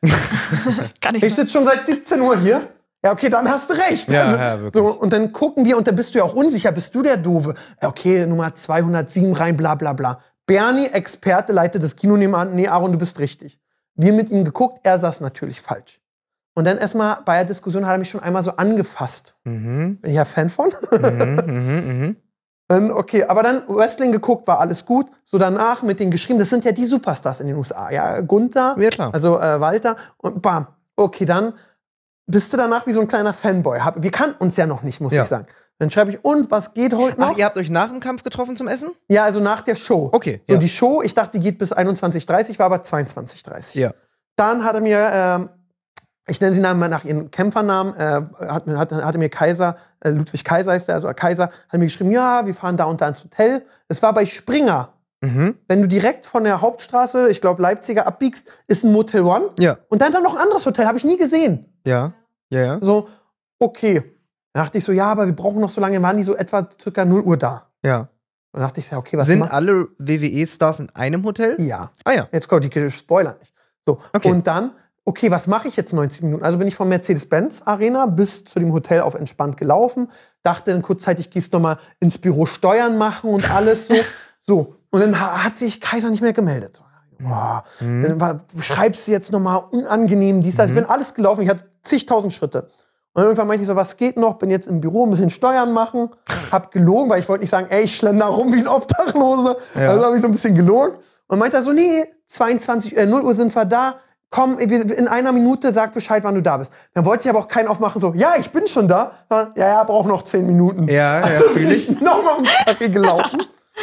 Kann ich ich sagen. sitze schon seit siebzehn Uhr hier. Ja, okay, dann hast du recht. Ja, also, ja, wirklich. so, und dann gucken wir und dann bist du ja auch unsicher, bist du der Doofe? Ja, okay, Nummer zweihundertsieben rein, bla bla bla. Bernie, Experte, leitet das Kino nebenan. Nee, Aaron, du bist richtig. Wir mit ihm geguckt, er saß natürlich falsch. Und dann erstmal bei der Diskussion hat er mich schon einmal so angefasst. Mhm. Bin ich ja Fan von. Mhm, mhm, mhm. Dann, okay, aber dann Wrestling geguckt, war alles gut. So danach mit denen geschrieben, das sind ja die Superstars in den U S A. Ja, Gunther, Ja, klar. also äh, Walter und bam. Okay, dann bist du danach wie so ein kleiner Fanboy. Hab, wir kannten uns ja noch nicht, muss Ja. ich sagen. Dann schreibe ich, und was geht heute noch? Ach, ihr habt euch nach dem Kampf getroffen zum Essen? Ja, also nach der Show. Okay, So, ja. die Show, ich dachte, die geht bis einundzwanzig Uhr dreißig, war aber zweiundzwanzig Uhr dreißig. Ja. Dann hat er mir, ähm, ich nenne sie Namen mal nach ihren Kämpfernamen, äh, hat, hat, hatte mir Kaiser, äh, Ludwig Kaiser ist der, also Kaiser, hat mir geschrieben, ja, wir fahren da und da ins Hotel. Es war bei Springer. Mhm. Wenn du direkt von der Hauptstraße, ich glaube Leipziger, abbiegst, ist ein Motel One. Ja. Und dann, dann noch ein anderes Hotel, habe ich nie gesehen. Ja. Ja, ja. So, okay. Dann dachte ich so, ja, aber wir brauchen noch so lange, waren die so etwa circa null Uhr da. Ja. Dann dachte ich, ja, okay, was Sind macht- alle W W E-Stars in einem Hotel? Ja. Ah ja. Jetzt kommt die Spoiler nicht. So, Okay. und dann, okay, was mache ich jetzt neunzig Minuten? Also bin ich von Mercedes-Benz Arena bis zu dem Hotel auf entspannt gelaufen. Dachte dann kurzzeitig, gehst noch mal ins Büro Steuern machen und alles so. So. Und dann ha- hat sich Kaiser nicht mehr gemeldet. Boah, Mhm. dann war, schreibst du jetzt noch mal unangenehm, dies, das. Ich bin alles gelaufen, ich hatte zigtausend Schritte. Und irgendwann meinte ich so, was geht noch? Bin jetzt im Büro, ein bisschen Steuern machen. Hab gelogen, weil ich wollte nicht sagen, ey, ich schlender rum wie ein Obdachloser. Ja. Also habe ich so ein bisschen gelogen. Und meinte er so, nee, zweiundzwanzig, äh, null Uhr sind wir da. Komm, wir- in einer Minute sag Bescheid, wann du da bist. Dann wollte ich aber auch keinen aufmachen, so, ja, ich bin schon da. Sondern, ja, ja, brauch noch zehn Minuten. Ja, ja, also bin fühl ich nochmal um die Ecke gelaufen.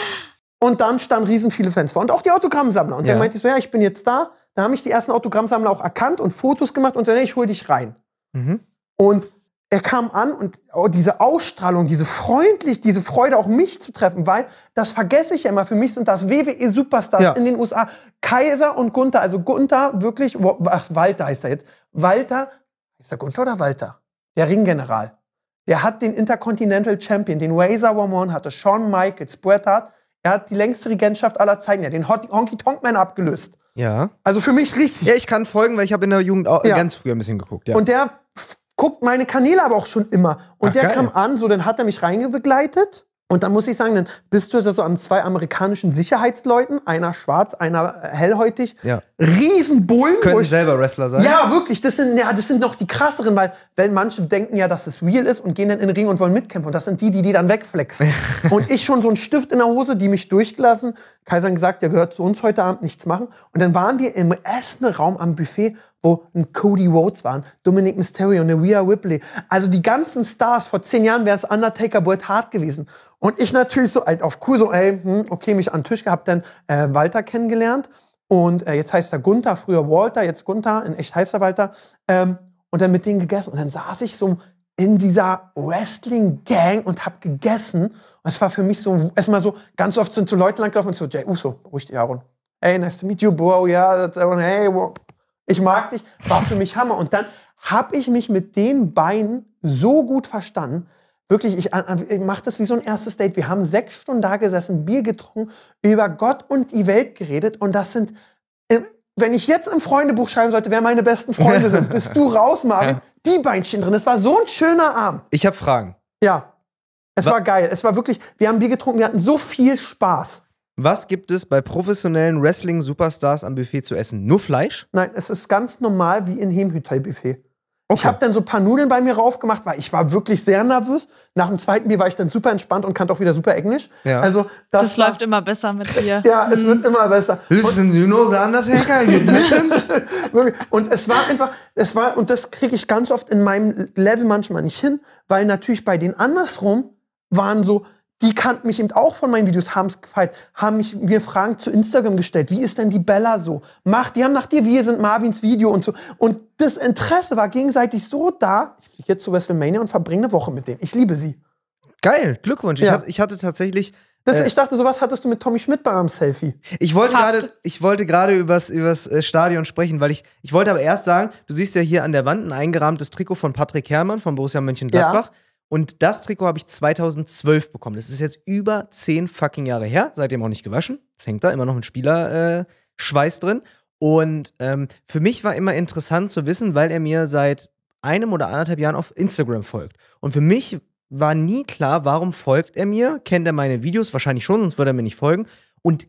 Und dann standen riesen viele Fans vor. Und auch die Autogrammsammler. Und Ja. dann meinte ich so, ja, ich bin jetzt da. Da haben mich die ersten Autogrammsammler auch erkannt und Fotos gemacht und so, nee, ich hol dich rein. Mhm. Und er kam an und oh, diese Ausstrahlung, diese freundlich, diese Freude, auch mich zu treffen, weil, das vergesse ich ja immer, für mich sind das W W E-Superstars Ja. in den U S A. Kaiser und Gunther, also Gunther wirklich, wo- ach, Walter heißt er jetzt. Walter, ist der Gunther oder Walter? Der Ringgeneral. Der hat den Intercontinental Champion, den Razor Ramon hatte, Shawn Michaels, Bret Hart. Er hat die längste Regentschaft aller Zeiten, ja, den Hot- Honky Tonk Man abgelöst. Ja. Also für mich richtig. Ja, ich kann folgen, weil ich habe in der Jugend auch, äh, Ja. ganz früher ein bisschen geguckt. Ja. Und der f- guckt meine Kanäle aber auch schon immer. Und Ach, der geil. kam an, so dann hat er mich reingebegleitet. Und dann muss ich sagen, dann bist du so an zwei amerikanischen Sicherheitsleuten, einer schwarz, einer äh, hellhäutig. Ja. Riesenbullen. wo Können ich- selber Wrestler sein? ja, wirklich, das sind, ja, das sind noch die krasseren, weil wenn manche denken ja, dass es real ist und gehen dann in den Ring und wollen mitkämpfen. Und das sind die, die die dann wegflexen. Und ich schon so einen Stift in der Hose, die mich durchgelassen. Kaiser hat gesagt, der gehört zu uns heute Abend, nichts machen. Und dann waren wir im Essensraum am Buffet, wo ein Cody Rhodes waren, Dominic Mysterio, eine Rhea Ripley. Also die ganzen Stars. Vor zehn Jahren wäre es Undertaker, Bret Hart gewesen. Und ich natürlich so halt auf cool, so, ey, hm, okay, mich an den Tisch gehabt, dann äh, Walter kennengelernt. Und äh, jetzt heißt er Gunther, früher Walter, jetzt Gunther, in echt heißt er Walter. Ähm, und dann mit denen gegessen. Und dann saß ich so in dieser Wrestling-Gang und hab gegessen. Und es war für mich so, erstmal so, ganz oft sind so Leute langgelaufen und so, Jay Uso, ruhig dich, Aaron. Hey, nice to meet you, bro, ja, yeah, hey, wow. Ich mag dich, war für mich Hammer. Und dann hab ich mich mit den beiden so gut verstanden. Wirklich, ich, ich mache das wie so ein erstes Date. Wir haben sechs Stunden da gesessen, Bier getrunken, über Gott und die Welt geredet. Und das sind, wenn ich jetzt im Freundebuch schreiben sollte, wer meine besten Freunde sind, bist du raus, Marvin. Die beiden stehen drin. Es war so ein schöner Abend. Ich habe Fragen. Ja, es Wa- war geil. Es war wirklich, wir haben Bier getrunken, wir hatten so viel Spaß. Was gibt es bei professionellen Wrestling-Superstars am Buffet zu essen? Nur Fleisch? Nein, es ist ganz normal wie in Hemhüter-Buffet. Okay. Ich habe dann so ein paar Nudeln bei mir raufgemacht, weil ich war wirklich sehr nervös. Nach dem zweiten Bier war ich dann super entspannt und kannte auch wieder super Englisch. Ja. Also das, Das war, läuft immer besser mit dir. Ja, es wird immer besser. Listen, you know the Undertaker? You met him? Wirklich. Und es war einfach, es war, und das kriege ich ganz oft in meinem Level manchmal nicht hin, weil natürlich bei denen andersrum waren so, die kannten mich eben auch von meinen Videos, haben es gefeiert, haben mich, mir Fragen zu Instagram gestellt. Wie ist denn die Bella so? Mach, die haben nach dir, wir sind Marvins Video und so. Und das Interesse war gegenseitig so da. Ich fliege jetzt zu WrestleMania und verbringe eine Woche mit denen. Ich liebe sie. Geil, Glückwunsch. Ich, Ja. hatte, ich hatte tatsächlich. Das, Äh, ich dachte, sowas hattest du mit Tommy Schmidt bei eurem Selfie. Ich wollte Fast. gerade, ich wollte gerade übers, übers äh, Stadion sprechen, weil ich, ich wollte aber erst sagen, du siehst ja hier an der Wand ein eingerahmtes Trikot von Patrick Herrmann von Borussia Mönchengladbach. Und das Trikot habe ich zweitausendzwölf bekommen. Das ist jetzt über zehn fucking Jahre her. Seitdem auch nicht gewaschen. Es hängt da immer noch ein Spielerschweiß äh, Schweiß drin. Und ähm, für mich war immer interessant zu wissen, weil er mir seit einem oder anderthalb Jahren auf Instagram folgt. Und für mich war nie klar, warum folgt er mir? Kennt er meine Videos? Wahrscheinlich schon, sonst würde er mir nicht folgen. Und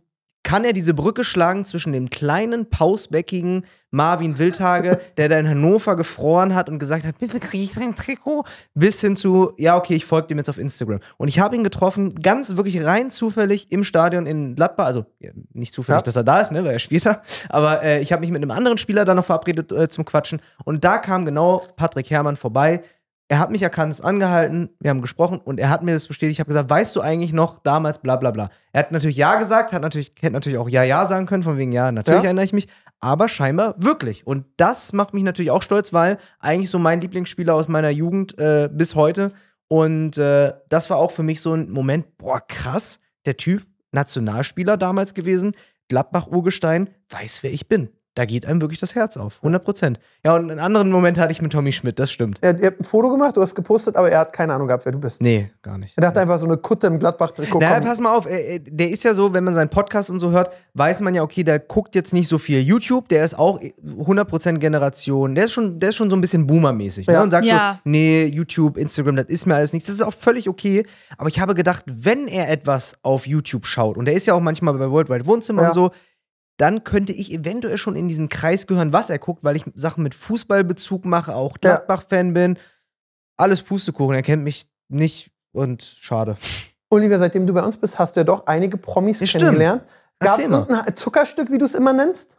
kann er diese Brücke schlagen zwischen dem kleinen, pausbäckigen Marvin Wildhage, der da in Hannover gefroren hat und gesagt hat, bitte kriege ich sein Trikot, bis hin zu, ja, okay, ich folge dem jetzt auf Instagram. Und ich habe ihn getroffen, ganz wirklich rein zufällig im Stadion in Gladbach, also ja, nicht zufällig, ja. dass er da ist, ne, weil er spielt da, aber äh, ich habe mich mit einem anderen Spieler da noch verabredet äh, zum Quatschen und da kam genau Patrick Herrmann vorbei. Er hat mich erkannt, ist angehalten, wir haben gesprochen und er hat mir das bestätigt. Ich habe gesagt, weißt du eigentlich noch damals bla bla bla. Er hat natürlich Ja gesagt, hat natürlich, hätte natürlich auch Ja, Ja sagen können, von wegen Ja, natürlich ja. erinnere ich mich, aber scheinbar wirklich. Und das macht mich natürlich auch stolz, weil eigentlich so mein Lieblingsspieler aus meiner Jugend äh, bis heute. Und äh, das war auch für mich so ein Moment, boah, krass, der Typ, Nationalspieler damals gewesen, Gladbach-Urgestein, weiß, wer ich bin. Da geht einem wirklich das Herz auf, hundert Prozent. Ja, und einen anderen Moment hatte ich mit Tommy Schmidt, das stimmt. Er, er hat ein Foto gemacht, du hast gepostet, aber er hat keine Ahnung gehabt, wer du bist. Nee, gar nicht. Er dachte einfach so eine Kutte im Gladbach-Trikot. Na, pass mal auf, der ist ja so, wenn man seinen Podcast und so hört, weiß man ja, okay, der guckt jetzt nicht so viel YouTube, der ist auch hundert Prozent Generation, der ist schon, der ist schon so ein bisschen boomermäßig, ja. ne? Und sagt ja. so, nee, YouTube, Instagram, das ist mir alles nichts, das ist auch völlig okay, aber ich habe gedacht, wenn er etwas auf YouTube schaut, und der ist ja auch manchmal bei Worldwide Wohnzimmer ja. und so, dann könnte ich eventuell schon in diesen Kreis gehören, was er guckt, weil ich Sachen mit Fußballbezug mache, auch Gladbach-Fan bin. Alles Pustekuchen, er kennt mich nicht und schade. Olivia, seitdem du bei uns bist, hast du ja doch einige Promis ja, kennengelernt. Gab es mal. ein Zuckerstück, wie du es immer nennst?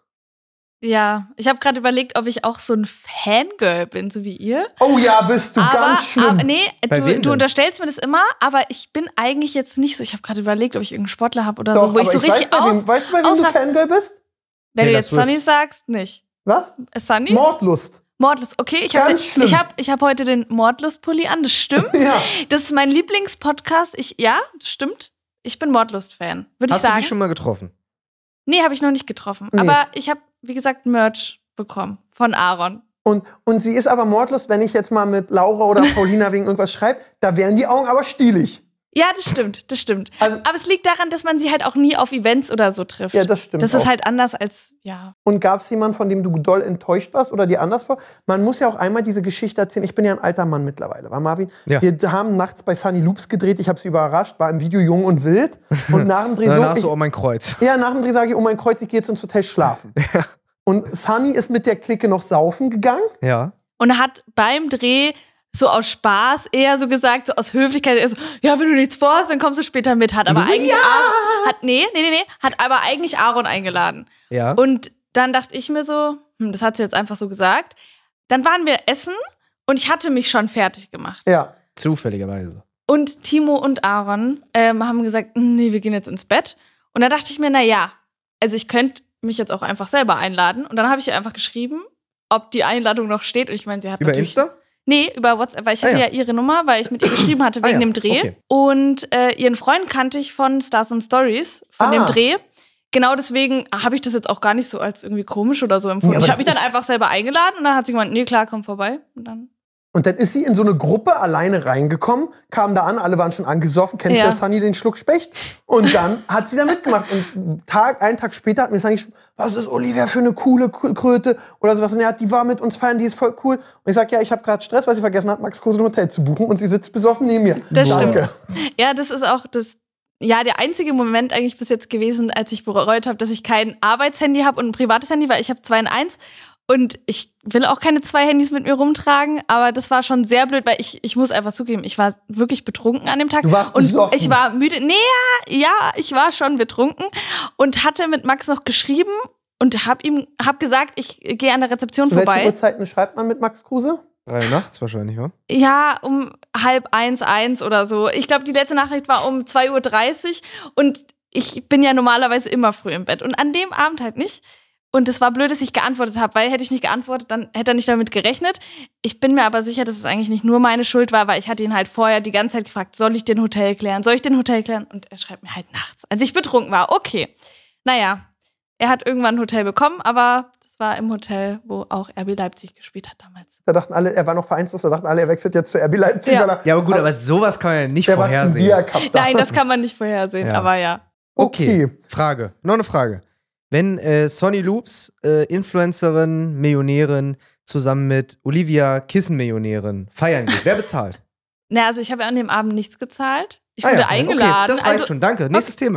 Ja, ich habe gerade überlegt, ob ich auch so ein Fangirl bin, so wie ihr. Oh ja, bist du, aber, ganz schlimm. Aber, nee, du, du unterstellst mir das immer, aber ich bin eigentlich jetzt nicht so. Ich habe gerade überlegt, ob ich irgendeinen Sportler habe oder Doch, so, wo ich so ich richtig weiß, aus. Wem, weißt du, bei wem du Fangirl bist? Wenn nee, du jetzt Sunny sagst, nicht. Was? Sunny? Mordlust. Mordlust, okay. Ich habe ich hab, ich hab heute den Mordlust-Pulli an, das stimmt. ja. Das ist mein Lieblingspodcast. Ich, ja, das stimmt. Ich bin Mordlust-Fan, würde ich sagen. Hast du die schon mal getroffen? Nee, habe ich noch nicht getroffen. Nee. Aber ich habe, wie gesagt, Merch bekommen von Aaron. Und, und sie ist aber Mordlust, wenn ich jetzt mal mit Laura oder Paulina wegen irgendwas schreibe, da wären die Augen aber stielig. Ja, das stimmt, das stimmt. Also, aber es liegt daran, dass man sie halt auch nie auf Events oder so trifft. Ja, das stimmt. Das ist auch. halt anders als, ja. Und gab es jemanden, von dem du doll enttäuscht warst oder dir anders vor? Man muss ja auch einmal diese Geschichte erzählen. Ich bin ja ein alter Mann mittlerweile, war Marvin? Ja. Wir haben nachts bei Sunny Loops gedreht. Ich habe sie überrascht, war im Video jung und wild. Und nach dem Dreh so. Danach ich, so, oh mein Kreuz. Ja, nach dem Dreh sage ich, oh mein Kreuz, ich gehe jetzt ins Hotel schlafen. Ja. Und Sunny ist mit der Clique noch saufen gegangen. Ja. Und hat beim Dreh so aus Spaß eher so gesagt, so aus Höflichkeit, eher so, ja, wenn du nichts vorhast, dann kommst du später mit. Hat aber eigentlich ja! Aaron, hat, nee, nee, nee, nee, hat aber eigentlich Aaron eingeladen. Ja. Und dann dachte ich mir so, hm, das hat sie jetzt einfach so gesagt. Dann waren wir essen und ich hatte mich schon fertig gemacht. Ja. Zufälligerweise. Und Timo und Aaron ähm, haben gesagt, nee, wir gehen jetzt ins Bett. Und da dachte ich mir, na ja, also ich könnte mich jetzt auch einfach selber einladen. Und dann habe ich ihr einfach geschrieben, ob die Einladung noch steht. Und ich meine, sie hat Über natürlich... Insta? Nee, über WhatsApp, weil ich hatte ah, ja. ja ihre Nummer, weil ich mit ihr geschrieben hatte wegen ah, ja. dem Dreh. Okay. Und äh, ihren Freund kannte ich von Stars and Stories, von ah. dem Dreh. Genau deswegen habe ich das jetzt auch gar nicht so als irgendwie komisch oder so empfunden. Ja, ich habe mich dann einfach selber eingeladen und dann hat sie gemeint, nee, klar, komm vorbei. Und dann... Und dann ist sie in so eine Gruppe alleine reingekommen, kam da an, alle waren schon angesoffen, kennst du ja Sunny, den Schluck Specht? Und dann hat sie da mitgemacht. Und Tag, einen Tag später hat mir Sunny geschrieben, was ist Olivia für eine coole Kröte? Oder sowas. Und ja, die war mit uns feiern, die ist voll cool. Und ich sag, ja, ich habe gerade Stress, weil sie vergessen hat, Max Kruse ein Hotel zu buchen. Und sie sitzt besoffen neben mir. Das Danke. Stimmt. Ja, das ist auch das... Ja, der einzige Moment eigentlich bis jetzt gewesen, als ich bereut habe, dass ich kein Arbeitshandy habe und ein privates Handy, weil ich habe zwei in eins. Und ich will auch keine zwei Handys mit mir rumtragen, aber das war schon sehr blöd, weil ich, ich muss einfach zugeben, ich war wirklich betrunken an dem Tag. Du warst und besoffen. Ich war müde. Nee, ja, ich war schon betrunken und hatte mit Max noch geschrieben und hab ihm hab gesagt, ich gehe an der Rezeption Welche vorbei. Welche Uhrzeiten schreibt man mit Max Kruse? Drei Uhr nachts wahrscheinlich, oder? Ja, um halb eins, eins oder so. Ich glaube, die letzte Nachricht war um zwei Uhr dreißig und ich bin ja normalerweise immer früh im Bett und an dem Abend halt nicht. Und es war blöd, dass ich geantwortet habe, weil hätte ich nicht geantwortet, dann hätte er nicht damit gerechnet. Ich bin mir aber sicher, dass es eigentlich nicht nur meine Schuld war, weil ich hatte ihn halt vorher die ganze Zeit gefragt, soll ich den Hotel klären, soll ich den Hotel klären? Und er schreibt mir halt nachts, als ich betrunken war. Okay, naja, er hat irgendwann ein Hotel bekommen, aber das war im Hotel, wo auch R B Leipzig gespielt hat damals. Da dachten alle, er war noch vereinslos, da dachten alle, er wechselt jetzt zu R B Leipzig. Ja, er, ja aber gut, aber sowas kann man ja nicht der vorhersehen. War zum Nein, das kann man nicht vorhersehen, ja. aber ja. Okay. okay, Frage, noch eine Frage. Wenn äh, Sonny Loops, äh, Influencerin, Millionärin, zusammen mit Olivia, Kissen-Millionärin, feiern geht, wer bezahlt? Na, also ich habe ja an dem Abend nichts gezahlt. Ich ah, wurde ja. eingeladen. Okay, das reicht also, schon, danke. Nächstes okay. Thema.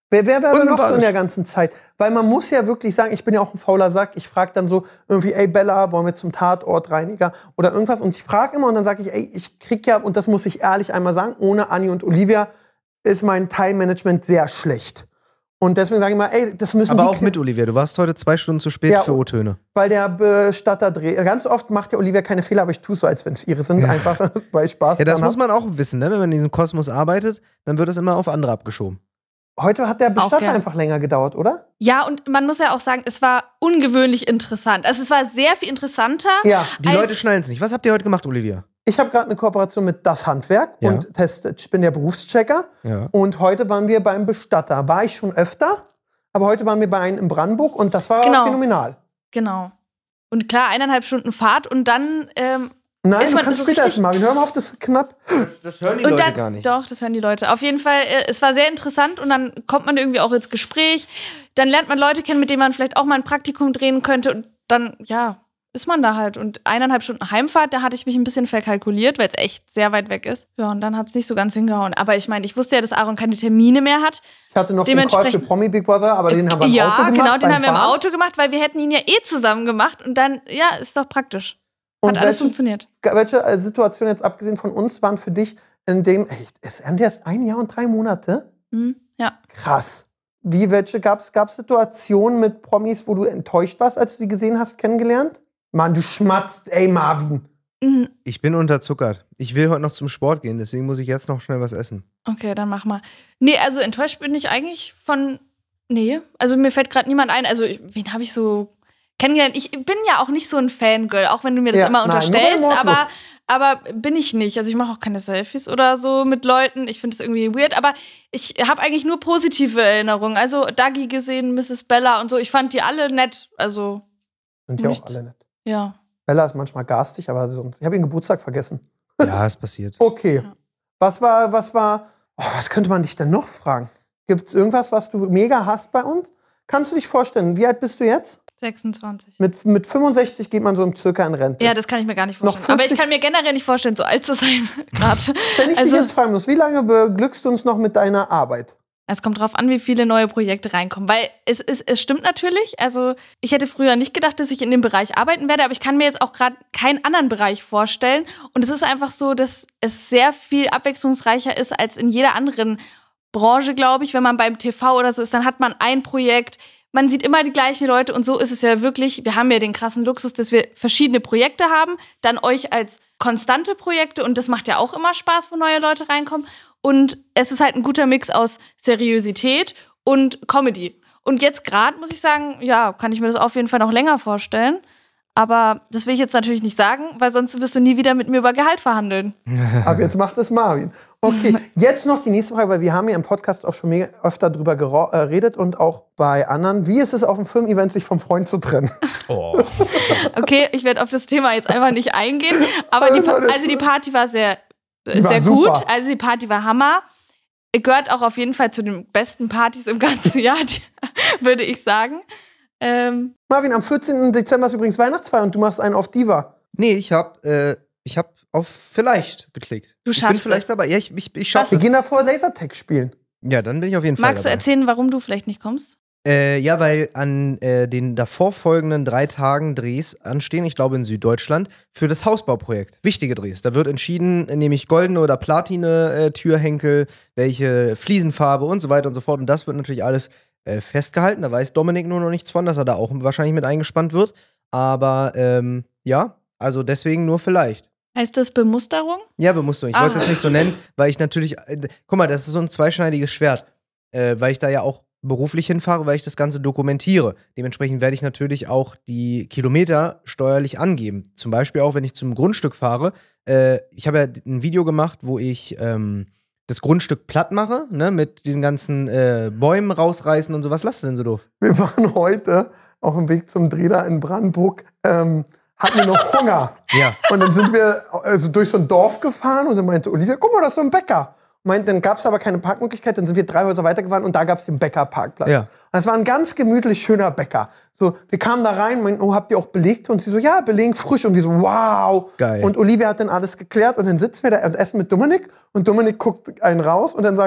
Wer, wer wäre noch so in Unsympathisch. der ganzen Zeit? Weil man muss ja wirklich sagen, ich bin ja auch ein fauler Sack. Ich frage dann so irgendwie, ey Bella, wollen wir zum Tatortreiniger oder irgendwas? Und ich frage immer und dann sage ich, ey, ich krieg ja, und das muss ich ehrlich einmal sagen, ohne Anni und Olivia ist mein Time-Management sehr schlecht. Und deswegen sage ich mal, ey, das müssen Aber die auch kn- mit Olivia. Du warst heute zwei Stunden zu spät Ja, für O-Töne. Weil der Bestatter dreht. Ganz oft macht der Olivia keine Fehler, aber ich tue so, als wenn es ihre sind. Einfach, weil ich Spaß Ja, das dran muss hab. man auch wissen, ne? Wenn man in diesem Kosmos arbeitet, dann wird das immer auf andere abgeschoben. Heute hat der Bestatter gern. einfach länger gedauert, oder? Ja, und man muss ja auch sagen, es war ungewöhnlich interessant. Also es war sehr viel interessanter. Ja. Die als Leute schnallen es nicht. Was habt ihr heute gemacht, Olivia? Ich habe gerade eine Kooperation mit Das Handwerk Ja. und teste, ich bin der Berufschecker. Ja. Und heute waren wir beim Bestatter. War ich schon öfter, aber heute waren wir bei einem in Brandenburg und das war Genau. phänomenal. Genau. Und klar, eineinhalb Stunden Fahrt und dann ähm, Nein, Ist du man kannst so später richtig- essen, Marvin. Hör mal auf, das ist knapp. Das hören die und Leute dann, gar nicht. Doch, das hören die Leute. Auf jeden Fall, äh, es war sehr interessant und dann kommt man irgendwie auch ins Gespräch. Dann lernt man Leute kennen, mit denen man vielleicht auch mal ein Praktikum drehen könnte und dann, ja, ist man da halt. Und eineinhalb Stunden Heimfahrt, da hatte ich mich ein bisschen verkalkuliert, weil es echt sehr weit weg ist. Ja, und dann hat es nicht so ganz hingehauen. Aber ich meine, ich wusste ja, dass Aaron keine Termine mehr hat. Ich hatte noch den Call für Dementsprechend- Promi Big Brother, aber den haben wir im ja, Auto gemacht. genau, den beim haben wir im Fahren. Auto gemacht, weil wir hätten ihn ja eh zusammen gemacht. Und dann, ja, ist doch praktisch. Hat Und alles welche, funktioniert. welche äh, Situationen jetzt abgesehen von uns waren für dich, in dem, echt, es sind erst ein Jahr und drei Monate? Mhm, ja. Krass. Wie, welche gab's, gab's Situationen mit Promis, wo du enttäuscht warst, als du die gesehen hast, kennengelernt? Mann, du schmatzt, ey Marvin. Mhm. Ich bin unterzuckert. Ich will heute noch zum Sport gehen, deswegen muss ich jetzt noch schnell was essen. Okay, dann mach mal. Nee, also enttäuscht bin ich eigentlich von. Nee, also mir fällt gerade niemand ein. Also, ich- wen habe ich so kennengelernt? Ich bin ja auch nicht so ein Fangirl, auch wenn du mir das Ja, immer nein, unterstellst, nur bei aber, Mordlust. aber bin ich nicht. Also, ich mache auch keine Selfies oder so mit Leuten. Ich finde das irgendwie weird, aber ich habe eigentlich nur positive Erinnerungen. Also, Dagi gesehen, Misses Bella und so. Ich fand die alle nett. Also, Sind ja auch Nicht. alle nett. ja. Bella ist manchmal garstig, aber sonst. Ich habe ihren Geburtstag vergessen. Ja, ist passiert. Okay. Ja. Was war, was war, oh, was könnte man dich denn noch fragen? Gibt's irgendwas, was du mega hast bei uns? Kannst du dich vorstellen, wie alt bist du jetzt? sechsundzwanzig. Mit, mit fünfundsechzig geht man so im Circa in Rente. Ja, das kann ich mir gar nicht Noch vorstellen. Aber ich vierzig kann mir generell nicht vorstellen, so alt zu sein gerade. Wenn ich Also- dich jetzt fragen muss, wie lange beglückst du uns noch mit deiner Arbeit? Es kommt drauf an, wie viele neue Projekte reinkommen. Weil es, es, es stimmt natürlich. Also, ich hätte früher nicht gedacht, dass ich in dem Bereich arbeiten werde, aber ich kann mir jetzt auch gerade keinen anderen Bereich vorstellen. Und es ist einfach so, dass es sehr viel abwechslungsreicher ist als in jeder anderen Branche, glaube ich. Wenn man beim T V oder so ist, dann hat man ein Projekt. Man sieht immer die gleichen Leute und so ist es ja wirklich. Wir haben ja den krassen Luxus, dass wir verschiedene Projekte haben, dann euch als konstante Projekte und das macht ja auch immer Spaß, wo neue Leute reinkommen. Und es ist halt ein guter Mix aus Seriosität und Comedy. Und jetzt gerade muss ich sagen, ja, kann ich mir das auf jeden Fall noch länger vorstellen. Aber das will ich jetzt natürlich nicht sagen, weil sonst wirst du nie wieder mit mir über Gehalt verhandeln. Aber jetzt macht es Marvin. Okay, jetzt noch die nächste Frage, weil wir haben ja im Podcast auch schon mega öfter drüber geredet und auch bei anderen. Wie ist es auf dem Filmevent, sich vom Freund zu trennen? Oh. Okay, ich werde auf das Thema jetzt einfach nicht eingehen. Aber die, Pa- also die Party war sehr, Die war sehr super. gut. Also die Party war Hammer. Gehört auch auf jeden Fall zu den besten Partys im ganzen Jahr, die, würde ich sagen. Ähm, Marvin, am vierzehnten Dezember ist übrigens Weihnachtsfeier und du machst einen auf Diva. Nee, ich hab, äh, ich hab auf vielleicht geklickt. Du Ich bin schaffst vielleicht es. dabei. Ja, ich, ich, ich schaff Wir es. gehen davor Lasertag spielen. Ja, dann bin ich auf jeden Fall magst du dabei. erzählen, warum du vielleicht nicht kommst? Äh, ja, weil an äh, den davor folgenden drei Tagen Drehs anstehen, ich glaube in Süddeutschland, für das Hausbauprojekt. Wichtige Drehs. Da wird entschieden, äh, nehme ich goldene oder platine äh, Türhenkel, welche Fliesenfarbe und so weiter und so fort. Und das wird natürlich alles äh, festgehalten. Da weiß Dominik nur noch nichts von, dass er da auch wahrscheinlich mit eingespannt wird. Aber ähm, ja, also deswegen nur vielleicht. Heißt das Bemusterung? Ja, Bemusterung. Ich wollte es Ah. jetzt nicht so nennen, weil ich natürlich, äh, guck mal, das ist so ein zweischneidiges Schwert, äh, weil ich da ja auch beruflich hinfahre, weil ich das Ganze dokumentiere. Dementsprechend werde ich natürlich auch die Kilometer steuerlich angeben. Zum Beispiel auch, wenn ich zum Grundstück fahre. Äh, ich habe ja ein Video gemacht, wo ich ähm, das Grundstück platt mache, ne, mit diesen ganzen äh, Bäumen rausreißen und so. Was lasst du denn so doof? Wir waren heute auf dem Weg zum Dreh da in Brandenburg, ähm, hatten wir noch Hunger. Ja. Und dann sind wir also durch so ein Dorf gefahren und dann meinte Olivia, guck mal, das ist so ein Bäcker. Meint, dann gab es aber keine Parkmöglichkeit, dann sind wir drei Häuser weitergefahren und da gab es den Bäckerparkplatz. Ja. Und es war ein ganz gemütlich schöner Bäcker. So, wir kamen da rein, meinten, oh, habt ihr auch belegt? Und sie so, ja, belegen frisch. Und wir so, wow. Geil. Und Olivia hat dann alles geklärt und dann sitzen wir da und essen mit Dominik und Dominik guckt einen raus und dann sagt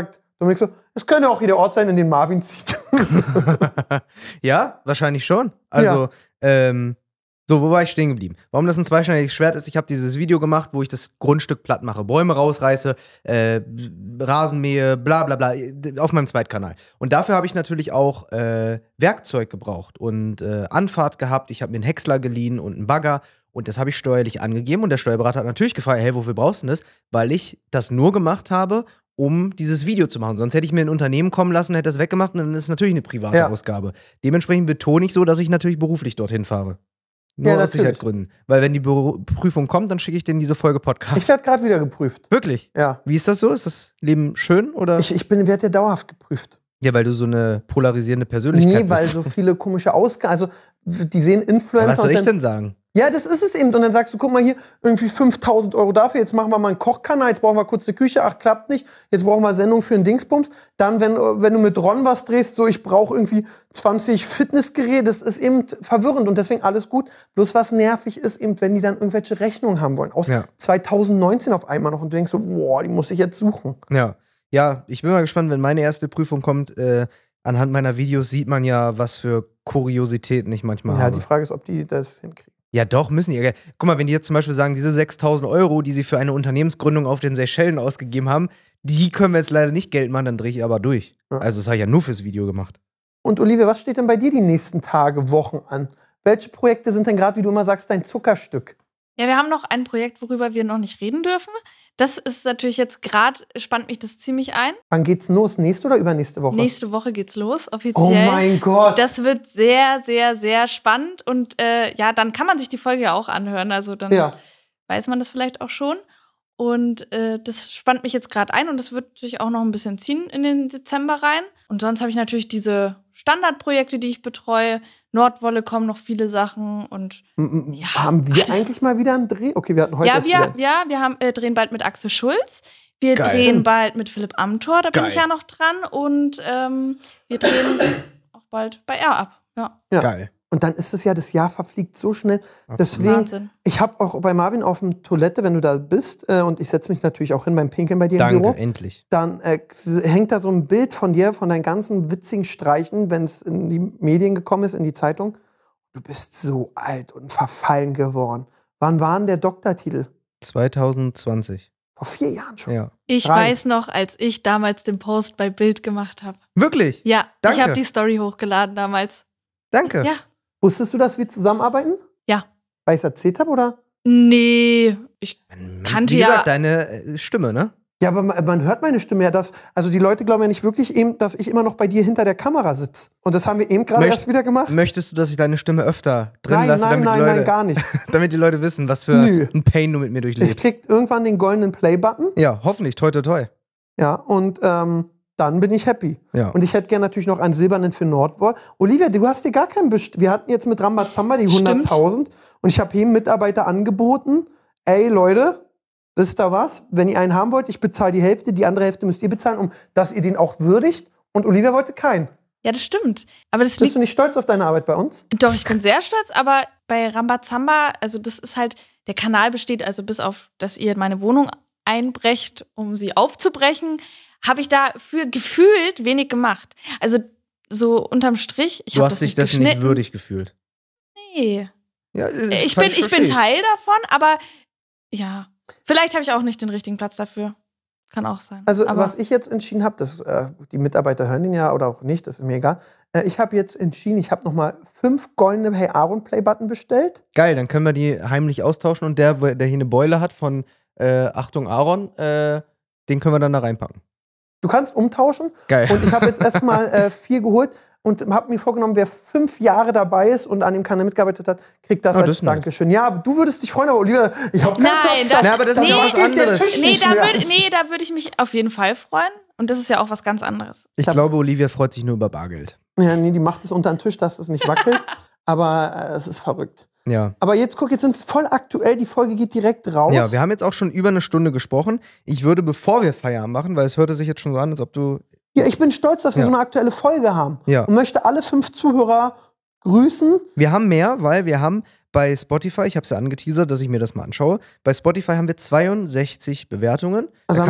Dominik so, es könnte auch hier der Ort sein, in den Marvin zieht. Ja, wahrscheinlich schon. Also, ja. ähm, so, wo war ich stehen geblieben? Warum das ein zweischneidiges Schwert ist, ich habe dieses Video gemacht, wo ich das Grundstück platt mache, Bäume rausreiße, äh, Rasenmähe, bla bla bla, auf meinem Zweitkanal. Und dafür habe ich natürlich auch äh, Werkzeug gebraucht und äh, Anfahrt gehabt. Ich habe mir einen Häcksler geliehen und einen Bagger und das habe ich steuerlich angegeben. Und der Steuerberater hat natürlich gefragt, hey, wofür brauchst du das? Weil ich das nur gemacht habe, um dieses Video zu machen. Sonst hätte ich mir ein Unternehmen kommen lassen, hätte das weggemacht und dann ist es natürlich eine private ja. Ausgabe. Dementsprechend betone ich so, dass ich natürlich beruflich dorthin fahre. Nur ja, aus Sicherheitsgründen. Weil wenn die Be- Prüfung kommt, dann schicke ich denen diese Folge Podcast. Ich werde gerade wieder geprüft. Wirklich? Ja. Wie ist das so? Ist das Leben schön oder? Ich, ich bin, werde ja dauerhaft geprüft. Ja, weil du so eine polarisierende Persönlichkeit bist. Nee, weil so viele komische Ausgaben, also die sehen Influencer. Ja, was soll und ich dann, denn sagen? Ja, das ist es eben. Und dann sagst du, guck mal hier, irgendwie fünftausend Euro dafür, jetzt machen wir mal einen Kochkanal, jetzt brauchen wir kurz eine Küche, ach, klappt nicht, jetzt brauchen wir Sendung für einen Dingsbums. Dann, wenn, wenn du mit Ron was drehst, so, ich brauche irgendwie zwanzig Fitnessgeräte, das ist eben verwirrend und deswegen alles gut. Bloß was nervig ist eben, wenn die dann irgendwelche Rechnungen haben wollen. Aus ja. zweitausendneunzehn auf einmal noch und du denkst so, boah, die muss ich jetzt suchen. Ja, ja, ich bin mal gespannt, wenn meine erste Prüfung kommt, äh, anhand meiner Videos sieht man ja, was für Kuriositäten ich manchmal ja, habe. Ja, die Frage ist, ob die das hinkriegen. Ja, doch, müssen die. Guck mal, wenn die jetzt zum Beispiel sagen, diese sechstausend Euro, die sie für eine Unternehmensgründung auf den Seychellen ausgegeben haben, die können wir jetzt leider nicht Geld machen, dann drehe ich aber durch. Ja. Also das habe ich ja nur fürs Video gemacht. Und Olivia, was steht denn bei dir die nächsten Tage, Wochen an? Welche Projekte sind denn gerade, wie du immer sagst, dein Zuckerstück? Ja, wir haben noch ein Projekt, worüber wir noch nicht reden dürfen. Das ist natürlich jetzt gerade, spannt mich das ziemlich ein. Wann geht's los? Nächste oder übernächste Woche? Nächste Woche geht's los, offiziell. Oh mein Gott! Das wird sehr, sehr, sehr spannend. Und äh, ja, dann kann man sich die Folge ja auch anhören. Also dann ja. weiß man das vielleicht auch schon. Und äh, das spannt mich jetzt gerade ein. Und das wird sich auch noch ein bisschen ziehen in den Dezember rein. Und sonst habe ich natürlich diese Standardprojekte, die ich betreue. Nordwolle kommen noch viele Sachen und ja, haben wir eigentlich mal wieder einen Dreh? Okay, wir hatten heute ja, erst wir, wieder. Ja, wir haben, äh, drehen bald mit Axel Schulz. Wir Geil. drehen bald mit Philipp Amthor, da Geil. bin ich ja noch dran. Und ähm, wir drehen auch bald bei R ab. Ja. Ja. Geil. Und dann ist es ja, das Jahr verfliegt so schnell. Absolut. Deswegen, Wahnsinn. Ich habe auch bei Marvin auf dem Toilette, wenn du da bist, äh, und ich setze mich natürlich auch hin beim Pinkeln bei dir Danke, im Büro. endlich. Dann äh, hängt da so ein Bild von dir, von deinen ganzen witzigen Streichen, wenn es in die Medien gekommen ist, in die Zeitung. Du bist so alt und verfallen geworden. Wann war denn der Doktortitel? zwanzig zwanzig. Vor vier Jahren schon. Ja. Ich Drei. weiß noch, als ich damals den Post bei Bild gemacht habe. Wirklich? Ja, Danke. ich habe die Story hochgeladen damals. Danke. Ja. Wusstest du, dass wir zusammenarbeiten? Ja. Weil ich es erzählt habe, oder? Nee, ich Man, kannte Wie gesagt, ja. deine äh, Stimme, ne? Ja, aber man, man hört meine Stimme ja. Dass, also die Leute glauben ja nicht wirklich eben, dass ich immer noch bei dir hinter der Kamera sitze. Und das haben wir eben gerade Möcht- erst wieder gemacht. Möchtest du, dass ich deine Stimme öfter drin Nein, lasse, nein, damit, nein, die Leute, nein, gar nicht. damit die Leute wissen, was für Nö. ein Pain du mit mir Ich durchlebst? krieg irgendwann den goldenen Play-Button. Ja, hoffentlich, toi, toi, toi. Ja, und ähm, dann bin ich happy. Ja. Und ich hätte gerne natürlich noch einen silbernen für Nordwoll. Olivia, du hast dir gar keinen Best. Wir hatten jetzt mit Rambazamba die Stimmt. hunderttausend. Und ich habe jedem Mitarbeiter angeboten, ey Leute, wisst ihr was? Wenn ihr einen haben wollt, ich bezahle die Hälfte, die andere Hälfte müsst ihr bezahlen, um dass ihr den auch würdigt. Und Olivia wollte keinen. Ja, das stimmt. Aber das Bist liegt du nicht stolz auf deine Arbeit bei uns? Doch, ich bin sehr stolz, aber bei Rambazamba, also das ist halt, der Kanal besteht, also bis auf, dass ihr meine Wohnung einbrecht, um sie aufzubrechen, habe ich dafür gefühlt wenig gemacht. Also so unterm Strich, ich Du habe hast das dich nicht dessen geschnitten. nicht würdig gefühlt. Nee. Ja, äh, Ich kann bin, ich bin verstehen. Teil davon, aber ja, vielleicht habe ich auch nicht den richtigen Platz dafür. Kann auch sein. Also, aber was ich jetzt entschieden habe, das, äh, die Mitarbeiter hören den ja oder auch nicht, das ist mir egal. Äh, ich habe jetzt entschieden, ich habe nochmal fünf goldene Hey Aaron Play-Button bestellt. Geil, dann können wir die heimlich austauschen und der, der hier eine Beule hat von äh, Achtung Aaron, äh, den können wir dann da reinpacken. Du kannst umtauschen. Geil. Und ich habe jetzt erstmal äh, vier geholt und habe mir vorgenommen, wer fünf Jahre dabei ist und an dem Kanal mitgearbeitet hat, kriegt das Ah, als das ist nett. Dankeschön. Ja, aber du würdest dich freuen, aber Olivia, ich habe keinen Nein, Platz. das- Na, aber das ist Nee, ja was geht der anderes. Tisch nee, nicht da mehr. würde nee, da würd ich mich auf jeden Fall freuen. Und das ist ja auch was ganz anderes. Ich glaube, Olivia freut sich nur über Bargeld. Ja, nee, die macht es unter den Tisch, dass es nicht wackelt. Aber äh, es ist verrückt. Ja. Aber jetzt guck, jetzt sind wir voll aktuell, die Folge geht direkt raus. Ja, wir haben jetzt auch schon über eine Stunde gesprochen. Ich würde, bevor wir Feierabend machen, weil es hörte sich jetzt schon so an, als ob du. Ja, ich bin stolz, dass wir Ja. so eine aktuelle Folge haben. Ja. Und möchte alle fünf Zuhörer grüßen. Wir haben mehr, weil wir haben bei Spotify, ich habe es ja angeteasert, dass ich mir das mal anschaue. Bei Spotify haben wir zweiundsechzig Bewertungen. Also da kann haben man,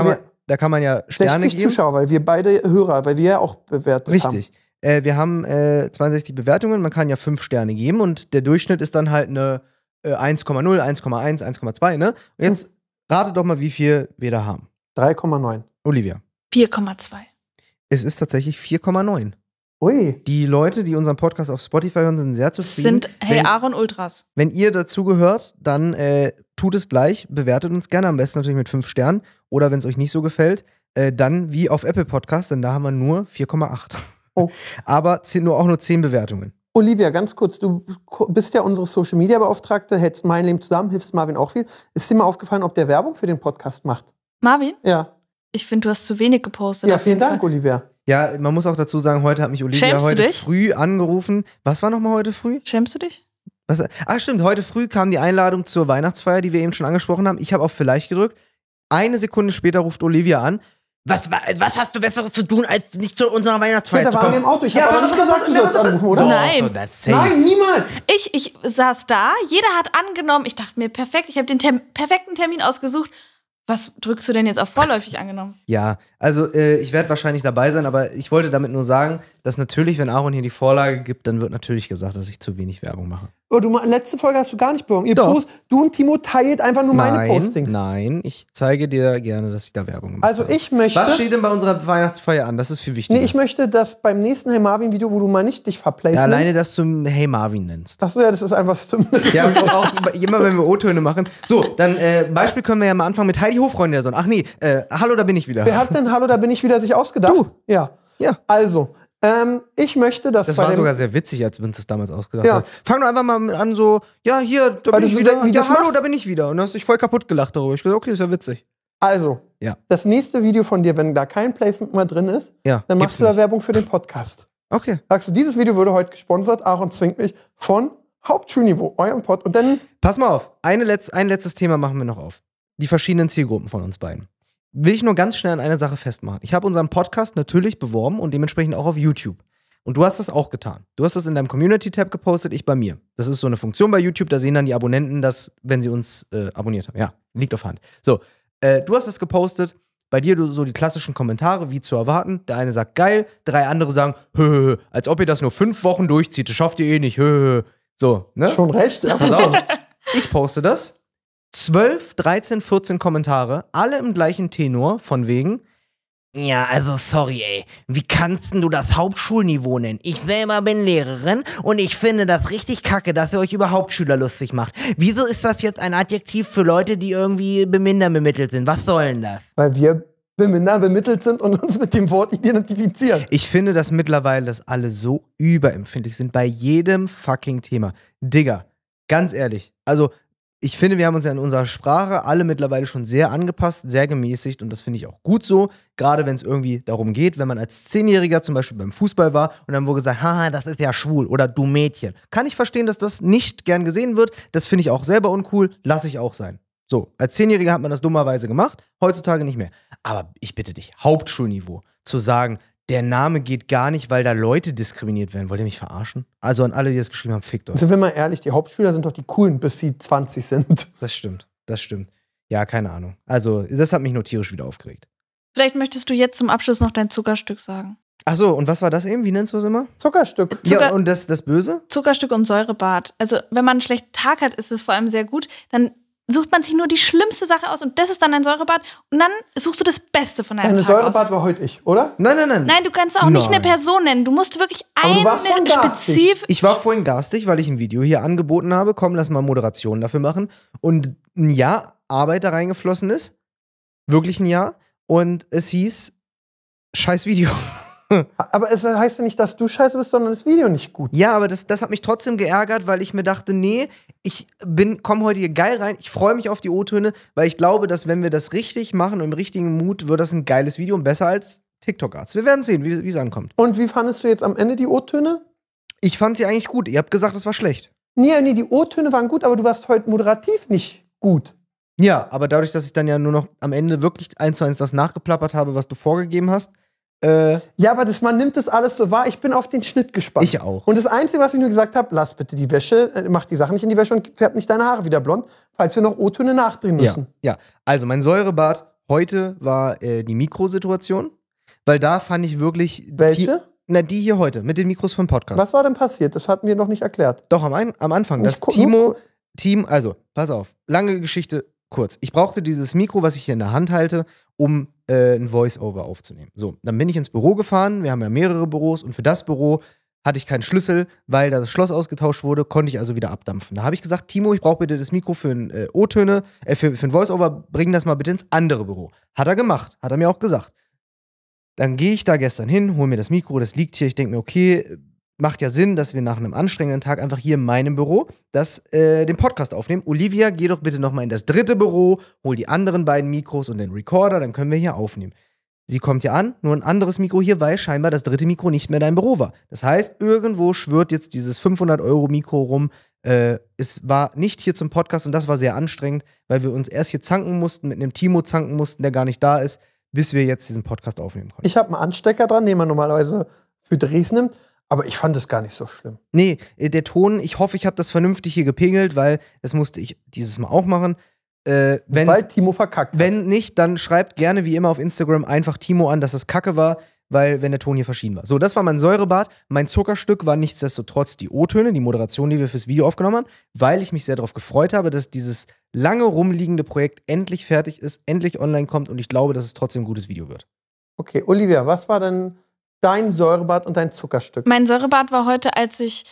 da kann man ja Sterne sechzig geben. Zuschauer, weil wir beide Hörer, weil wir ja auch bewertet haben. Richtig. Äh, wir haben äh, zweiundsechzig Bewertungen, man kann ja fünf Sterne geben und der Durchschnitt ist dann halt eine äh, eins Komma null, eins Komma eins, eins Komma zwei, ne? Und jetzt rate doch mal, wie viel wir da haben. drei Komma neun. Olivia. vier Komma zwei. Es ist tatsächlich vier Komma neun. Ui. Die Leute, die unseren Podcast auf Spotify hören, sind sehr zufrieden. Sind Hey wenn, Aaron Ultras. wenn ihr dazugehört, dann äh, tut es gleich, bewertet uns gerne, am besten natürlich mit fünf Sternen. Oder wenn es euch nicht so gefällt, äh, dann wie auf Apple Podcast, denn da haben wir nur vier Komma acht. Oh. Aber zehn, nur auch nur zehn Bewertungen. Olivia, ganz kurz, du bist ja unsere Social-Media-Beauftragte, hältst mein Leben zusammen, hilfst Marvin auch viel. Ist dir mal aufgefallen, ob der Werbung für den Podcast macht? Marvin? Ja. Ich finde, du hast zu wenig gepostet. Ja, auf vielen jeden Dank, Fall. Olivia. Ja, man muss auch dazu sagen, heute hat mich Olivia Schämst du heute dich? früh angerufen. Was war nochmal heute früh? Schämst du dich? Was, ach stimmt, heute früh kam die Einladung zur Weihnachtsfeier, die wir eben schon angesprochen haben. Ich habe auf Vielleicht gedrückt. Eine Sekunde später ruft Olivia an. Was, was hast du Besseres zu tun, als nicht zu unserer Weihnachtsfeier Ja, zu da waren wir kommen? im Auto. Ich Ja, habe aber pass nicht auf, gesagt, pass du auf, sollst pass auf. anrufen, oder? Doch, Nein. doch, das safe. Nein, niemals. Ich, ich saß da, jeder hat angenommen. Ich dachte mir, perfekt, ich habe den Term perfekten Termin ausgesucht. Was drückst du denn jetzt auf vorläufig angenommen? Ja, also äh, ich werde wahrscheinlich dabei sein, aber ich wollte damit nur sagen, dass natürlich, wenn Aaron hier die Vorlage gibt, dann wird natürlich gesagt, dass ich zu wenig Werbung mache. Oh, du, letzte Folge hast du gar nicht beworben. Ihr Doch. Post, du und Timo teilt einfach nur meine Nein, Postings. nein, ich zeige dir gerne, dass ich da Werbung gemacht Also habe. ich möchte. Was steht denn bei unserer Weihnachtsfeier an? Das ist viel wichtiger. Nee, ich möchte, dass beim nächsten Hey Marvin-Video, wo du mal nicht dich verplayst, ja, alleine, dass du Hey Marvin nennst. Achso, ja, das ist einfach Stimme. Ja, und auch immer- immer, wenn wir O-Töne machen. So, dann äh, Beispiel können wir ja mal anfangen mit Heidi Hofreunde der Sonne. Ach nee, äh, hallo, da bin ich wieder. Wer hat denn Hallo, da bin ich wieder sich ausgedacht? Du. Ja. Ja. Also, ähm, ich möchte, dass Das bei war dem sogar sehr witzig, als wir uns das damals ausgedacht Ja. haben. Fang doch einfach mal mit an, so, ja, hier, da Weil bin du ich so wieder. denken, wie Ja, das hallo, machst. da bin ich wieder. Und du hast dich voll kaputt gelacht darüber. Ich dachte, okay, ist ja witzig. Also, Ja. das nächste Video von dir, wenn da kein Placement mehr drin ist, Ja, dann gibt's machst du da nicht. Werbung für den Podcast. Okay. Sagst du, dieses Video wurde heute gesponsert, Aaron zwingt mich, von Hauptschulniveau, eurem Pod. Und dann, Pass mal auf, Eine Letz-, ein letztes Thema machen wir noch auf. Die verschiedenen Zielgruppen von uns beiden. Will ich nur ganz schnell an einer Sache festmachen. Ich habe unseren Podcast natürlich beworben und dementsprechend auch auf YouTube. Und du hast das auch getan. Du hast das in deinem Community-Tab gepostet, ich bei mir. Das ist so eine Funktion bei YouTube, da sehen dann die Abonnenten das, wenn sie uns äh, abonniert haben. Ja, liegt auf Hand. So, äh, du hast das gepostet. Bei dir du, so die klassischen Kommentare, wie zu erwarten. Der eine sagt geil, drei andere sagen, hö, hö, hö, als ob ihr das nur fünf Wochen durchzieht. Das schafft ihr eh nicht. Hö, hö, hö. So, ne? schon recht. Ja. Pass auf. Ich poste das. zwölf, dreizehn, vierzehn Kommentare, alle im gleichen Tenor, von wegen, ja, also sorry, ey. Wie kannst denn du das Hauptschulniveau nennen? Ich selber bin Lehrerin und ich finde das richtig kacke, dass ihr euch über Hauptschüler lustig macht. Wieso ist das jetzt ein Adjektiv für Leute, die irgendwie bemindert bemittelt sind? Was soll denn das? Weil wir beminder bemittelt sind und uns mit dem Wort identifizieren. Ich finde das mittlerweile, dass alle so überempfindlich sind bei jedem fucking Thema. Digga, ganz ehrlich, also ich finde, wir haben uns ja in unserer Sprache alle mittlerweile schon sehr angepasst, sehr gemäßigt und das finde ich auch gut so, gerade wenn es irgendwie darum geht, wenn man als Zehnjähriger zum Beispiel beim Fußball war und dann wurde gesagt, haha, das ist ja schwul oder du Mädchen. Kann ich verstehen, dass das nicht gern gesehen wird, das finde ich auch selber uncool, lasse ich auch sein. So, als Zehnjähriger hat man das dummerweise gemacht, heutzutage nicht mehr. Aber ich bitte dich, Hauptschulniveau, zu sagen, der Name geht gar nicht, weil da Leute diskriminiert werden. Wollt ihr mich verarschen? Also an alle, die das geschrieben haben, fickt euch. Sind wir mal ehrlich, die Hauptschüler sind doch die coolen, bis sie zwanzig sind. Das stimmt, das stimmt. Ja, keine Ahnung. Also, das hat mich nur tierisch wieder aufgeregt. Vielleicht möchtest du jetzt zum Abschluss noch dein Zuckerstück sagen. Ach so, und was war das eben? Wie nennst du es immer? Zuckerstück. Zucker- Ja, und das, das Böse? Zuckerstück und Säurebad. Also, wenn man einen schlechten Tag hat, ist es vor allem sehr gut. Dann sucht man sich nur die schlimmste Sache aus und das ist dann ein Säurebad. Und dann suchst du das Beste von deinem Eine Tag Säurebad aus. war heute ich, oder? Nein, nein, nein. Nein, du kannst auch nicht Nein. eine Person nennen. Du musst wirklich Aber du eine warst vorhin garstig. spezif. Ich war vorhin garstig, weil ich ein Video hier angeboten habe. Komm, lass mal Moderation dafür machen. Und ein Jahr Arbeit da reingeflossen ist. Wirklich ein Jahr. Und es hieß, scheiß Video. Aber es heißt ja nicht, dass du scheiße bist, sondern das Video nicht gut. Ja, aber das, das hat mich trotzdem geärgert, weil ich mir dachte, nee, ich bin, komm heute hier geil rein, ich freue mich auf die O-Töne, weil ich glaube, dass wenn wir das richtig machen und im richtigen Mut, wird das ein geiles Video und besser als TikTok-Arzt. Wir werden sehen, wie es ankommt. Und wie fandest du jetzt am Ende die O-Töne? Ich fand sie eigentlich gut. Ihr habt gesagt, es war schlecht. Nee, nee, die O-Töne waren gut, aber du warst heute moderativ nicht gut. Ja, aber dadurch, dass ich dann ja nur noch am Ende wirklich eins zu eins das nachgeplappert habe, was du vorgegeben hast, äh, Ja, aber das, man nimmt das alles so wahr. Ich bin auf den Schnitt gespannt. Ich auch. Und das Einzige, was ich nur gesagt habe, lass bitte die Wäsche, äh, mach die Sachen nicht in die Wäsche und färb nicht deine Haare wieder blond, falls wir noch O-Töne nachdrehen ja, müssen. ja. Also mein Säurebad Heute war äh, die Mikrosituation, weil da fand ich wirklich... Welche? Die, na, die hier heute, mit den Mikros vom Podcast. Was war denn passiert? Das hatten wir noch nicht erklärt. Doch, am, ein, am Anfang, Ich das guck- Timo, Team, also, pass auf, lange Geschichte, kurz. Ich brauchte dieses Mikro, was ich hier in der Hand halte, um äh, ein Voice-Over aufzunehmen. So, dann bin ich ins Büro gefahren, wir haben ja mehrere Büros und für das Büro hatte ich keinen Schlüssel, weil da das Schloss ausgetauscht wurde, konnte ich also wieder abdampfen. Da habe ich gesagt, Timo, ich brauche bitte das Mikro für ein äh, O-Töne, äh, für, für ein Voice-Over, bring das mal bitte ins andere Büro. Hat er gemacht, hat er mir auch gesagt. Dann gehe ich da gestern hin, hole mir das Mikro, das liegt hier, ich denke mir, okay, macht ja Sinn, dass wir nach einem anstrengenden Tag einfach hier in meinem Büro das, äh, den Podcast aufnehmen. Olivia, geh doch bitte nochmal in das dritte Büro, hol die anderen beiden Mikros und den Recorder, dann können wir hier aufnehmen. Sie kommt hier an, nur ein anderes Mikro hier, weil scheinbar das dritte Mikro nicht mehr dein Büro war. Das heißt, irgendwo schwirrt jetzt dieses fünfhundert Euro Mikro rum. Äh, es war nicht hier zum Podcast und das war sehr anstrengend, weil wir uns erst hier zanken mussten, mit einem Timo zanken mussten, der gar nicht da ist, bis wir jetzt diesen Podcast aufnehmen konnten. Ich habe einen Anstecker dran, den man normalerweise für Drehs nimmt, aber ich fand es gar nicht so schlimm. Nee, äh, der Ton, ich hoffe, ich habe das vernünftig hier gepegelt, weil das musste ich dieses Mal auch machen. Äh, wenn, Weil Timo verkackt hat. wenn nicht, dann schreibt gerne wie immer auf Instagram einfach Timo an, dass das Kacke war, weil wenn der Ton hier verschieden war. So, das war mein Säurebad. Mein Zuckerstück war nichtsdestotrotz die O-Töne, die Moderation, die wir fürs Video aufgenommen haben, weil ich mich sehr darauf gefreut habe, dass dieses lange rumliegende Projekt endlich fertig ist, endlich online kommt und ich glaube, dass es trotzdem ein gutes Video wird. Okay, Olivia, was war denn dein Säurebad und dein Zuckerstück? Mein Säurebad war heute, als ich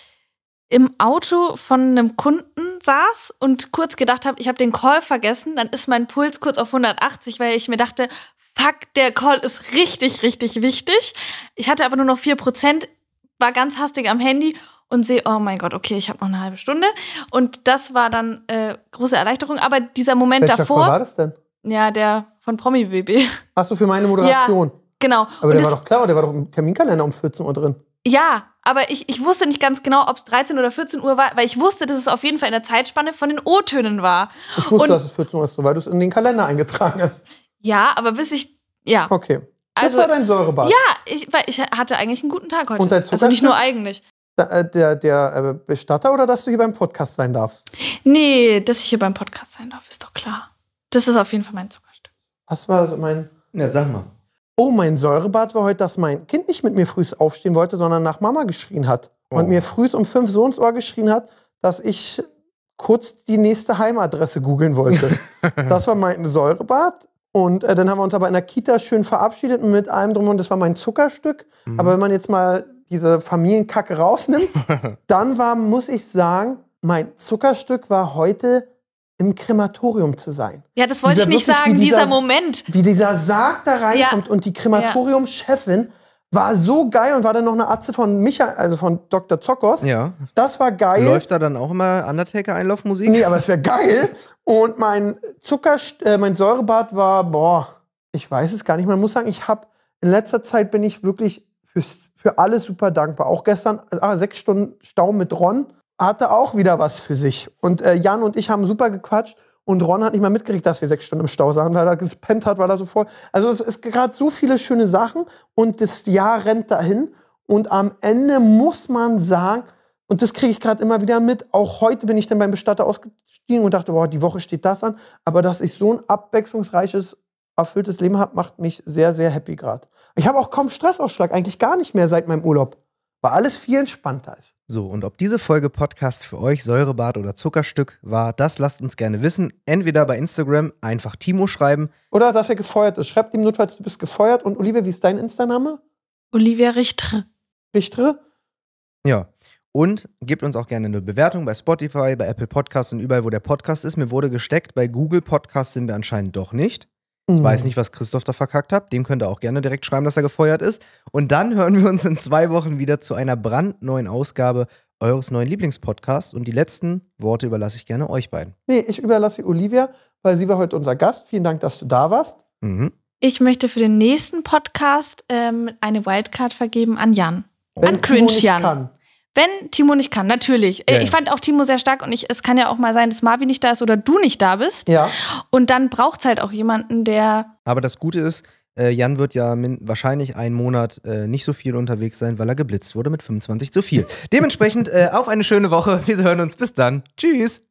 im Auto von einem Kunden saß und kurz gedacht habe, ich habe den Call vergessen, dann ist mein Puls kurz auf hundertachtzig, weil ich mir dachte, fuck, der Call ist richtig, richtig wichtig. Ich hatte aber nur noch vier Prozent, war ganz hastig am Handy und sehe, oh mein Gott, okay, ich habe noch eine halbe Stunde. Und das war dann äh, große Erleichterung. Aber dieser Moment Welcher davor, Call war das denn? ja, der von Promi B B. Achso, für meine Moderation. Genau. Aber Und der das, war doch klar, der war doch im Terminkalender um vierzehn Uhr drin. ja, aber ich, ich wusste nicht ganz genau, ob es dreizehn oder vierzehn Uhr war, weil ich wusste, dass es auf jeden Fall in der Zeitspanne von den O-Tönen war. Ich wusste, Und- dass es vierzehn Uhr ist, weil du es in den Kalender eingetragen hast. Ja, aber bis ich, ja. Okay. Das Also, war dein Säurebad. ja, ich, weil ich hatte eigentlich einen guten Tag heute. Und dein also nicht Zuckerstück? nur eigentlich. Da, äh, der der äh, Bestatter oder dass du hier beim Podcast sein darfst? Nee, dass ich hier beim Podcast sein darf, ist doch klar. Das ist auf jeden Fall mein Zuckerstück. Was war so mein... Ja, sag mal. Oh, mein Säurebad war heute, dass mein Kind nicht mit mir früh aufstehen wollte, sondern nach Mama geschrien hat. Und Oh. mir früh um fünf so ins Ohr geschrien hat, dass ich kurz die nächste Heimadresse googeln wollte. Das war mein Säurebad. Und äh, dann haben wir uns aber in der Kita schön verabschiedet mit allem drum und das war mein Zuckerstück. Mhm. Aber wenn man jetzt mal diese Familienkacke rausnimmt, dann war, muss ich sagen, mein Zuckerstück war heute im Krematorium zu sein. Ja, das wollte Dieser ich nicht wirklich, sagen, wie dieser, dieser- Moment. Wie dieser Sarg da reinkommt und die Krematoriumschefin war so geil und war dann noch eine Atze von Michael, also von Doktor Zokos. Ja. Das war geil. Läuft da dann auch immer Undertaker-Einlaufmusik? Nee, aber es wäre geil. Und mein Zucker, äh, mein Säurebad war, boah, ich weiß es gar nicht. Man muss sagen, ich habe in letzter Zeit bin ich wirklich fürs, für alles super dankbar. Auch gestern, ah, sechs Stunden Stau mit Ron, hatte auch wieder was für sich. Und äh, Jan und ich haben super gequatscht. Und Ron hat nicht mal mitgekriegt, dass wir sechs Stunden im Stau saßen, weil er gespennt hat, weil er so voll. Also es ist gerade so viele schöne Sachen und das Jahr rennt dahin. Und am Ende muss man sagen, und das kriege ich gerade immer wieder mit, auch heute bin ich dann beim Bestatter ausgestiegen und dachte, boah, die Woche steht das an. Aber dass ich so ein abwechslungsreiches, erfülltes Leben habe, macht mich sehr, sehr happy gerade. Ich habe auch kaum Stressausschlag, eigentlich gar nicht mehr seit meinem Urlaub, weil alles viel entspannter ist. So, und ob diese Folge Podcast für euch Säurebad oder Zuckerstück war, das lasst uns gerne wissen. Entweder bei Instagram einfach Timo schreiben. Oder dass er gefeuert ist. Schreibt ihm notfalls, du bist gefeuert. Und Olivia, wie ist dein Insta-Name? Olivia Richter. Richtere? Ja. Und gebt uns auch gerne eine Bewertung bei Spotify, bei Apple Podcasts und überall, wo der Podcast ist. Mir wurde gesteckt, bei Google Podcasts sind wir anscheinend doch nicht. Ich weiß nicht, was Christoph da verkackt hat. Dem könnt ihr auch gerne direkt schreiben, dass er gefeuert ist. Und dann hören wir uns in zwei Wochen wieder zu einer brandneuen Ausgabe eures neuen Lieblingspodcasts. Und die letzten Worte überlasse ich gerne euch beiden. Nee, ich überlasse Olivia, weil sie war heute unser Gast. Vielen Dank, dass du da warst. Mhm. Ich möchte für den nächsten Podcast ähm, eine Wildcard vergeben an Jan. Wenn An Cringe Timo nicht Jan. kann. Wenn Timo nicht kann, natürlich. Ja, Äh, ich ja. fand auch Timo sehr stark und ich, es kann ja auch mal sein, dass Marvin nicht da ist oder du nicht da bist. Ja. Und dann braucht es halt auch jemanden, der. Aber das Gute ist, äh, Jan wird ja min- wahrscheinlich einen Monat äh, nicht so viel unterwegs sein, weil er geblitzt wurde mit fünfundzwanzig zu viel. Dementsprechend äh, auf eine schöne Woche. Wir hören uns. Bis dann. Tschüss.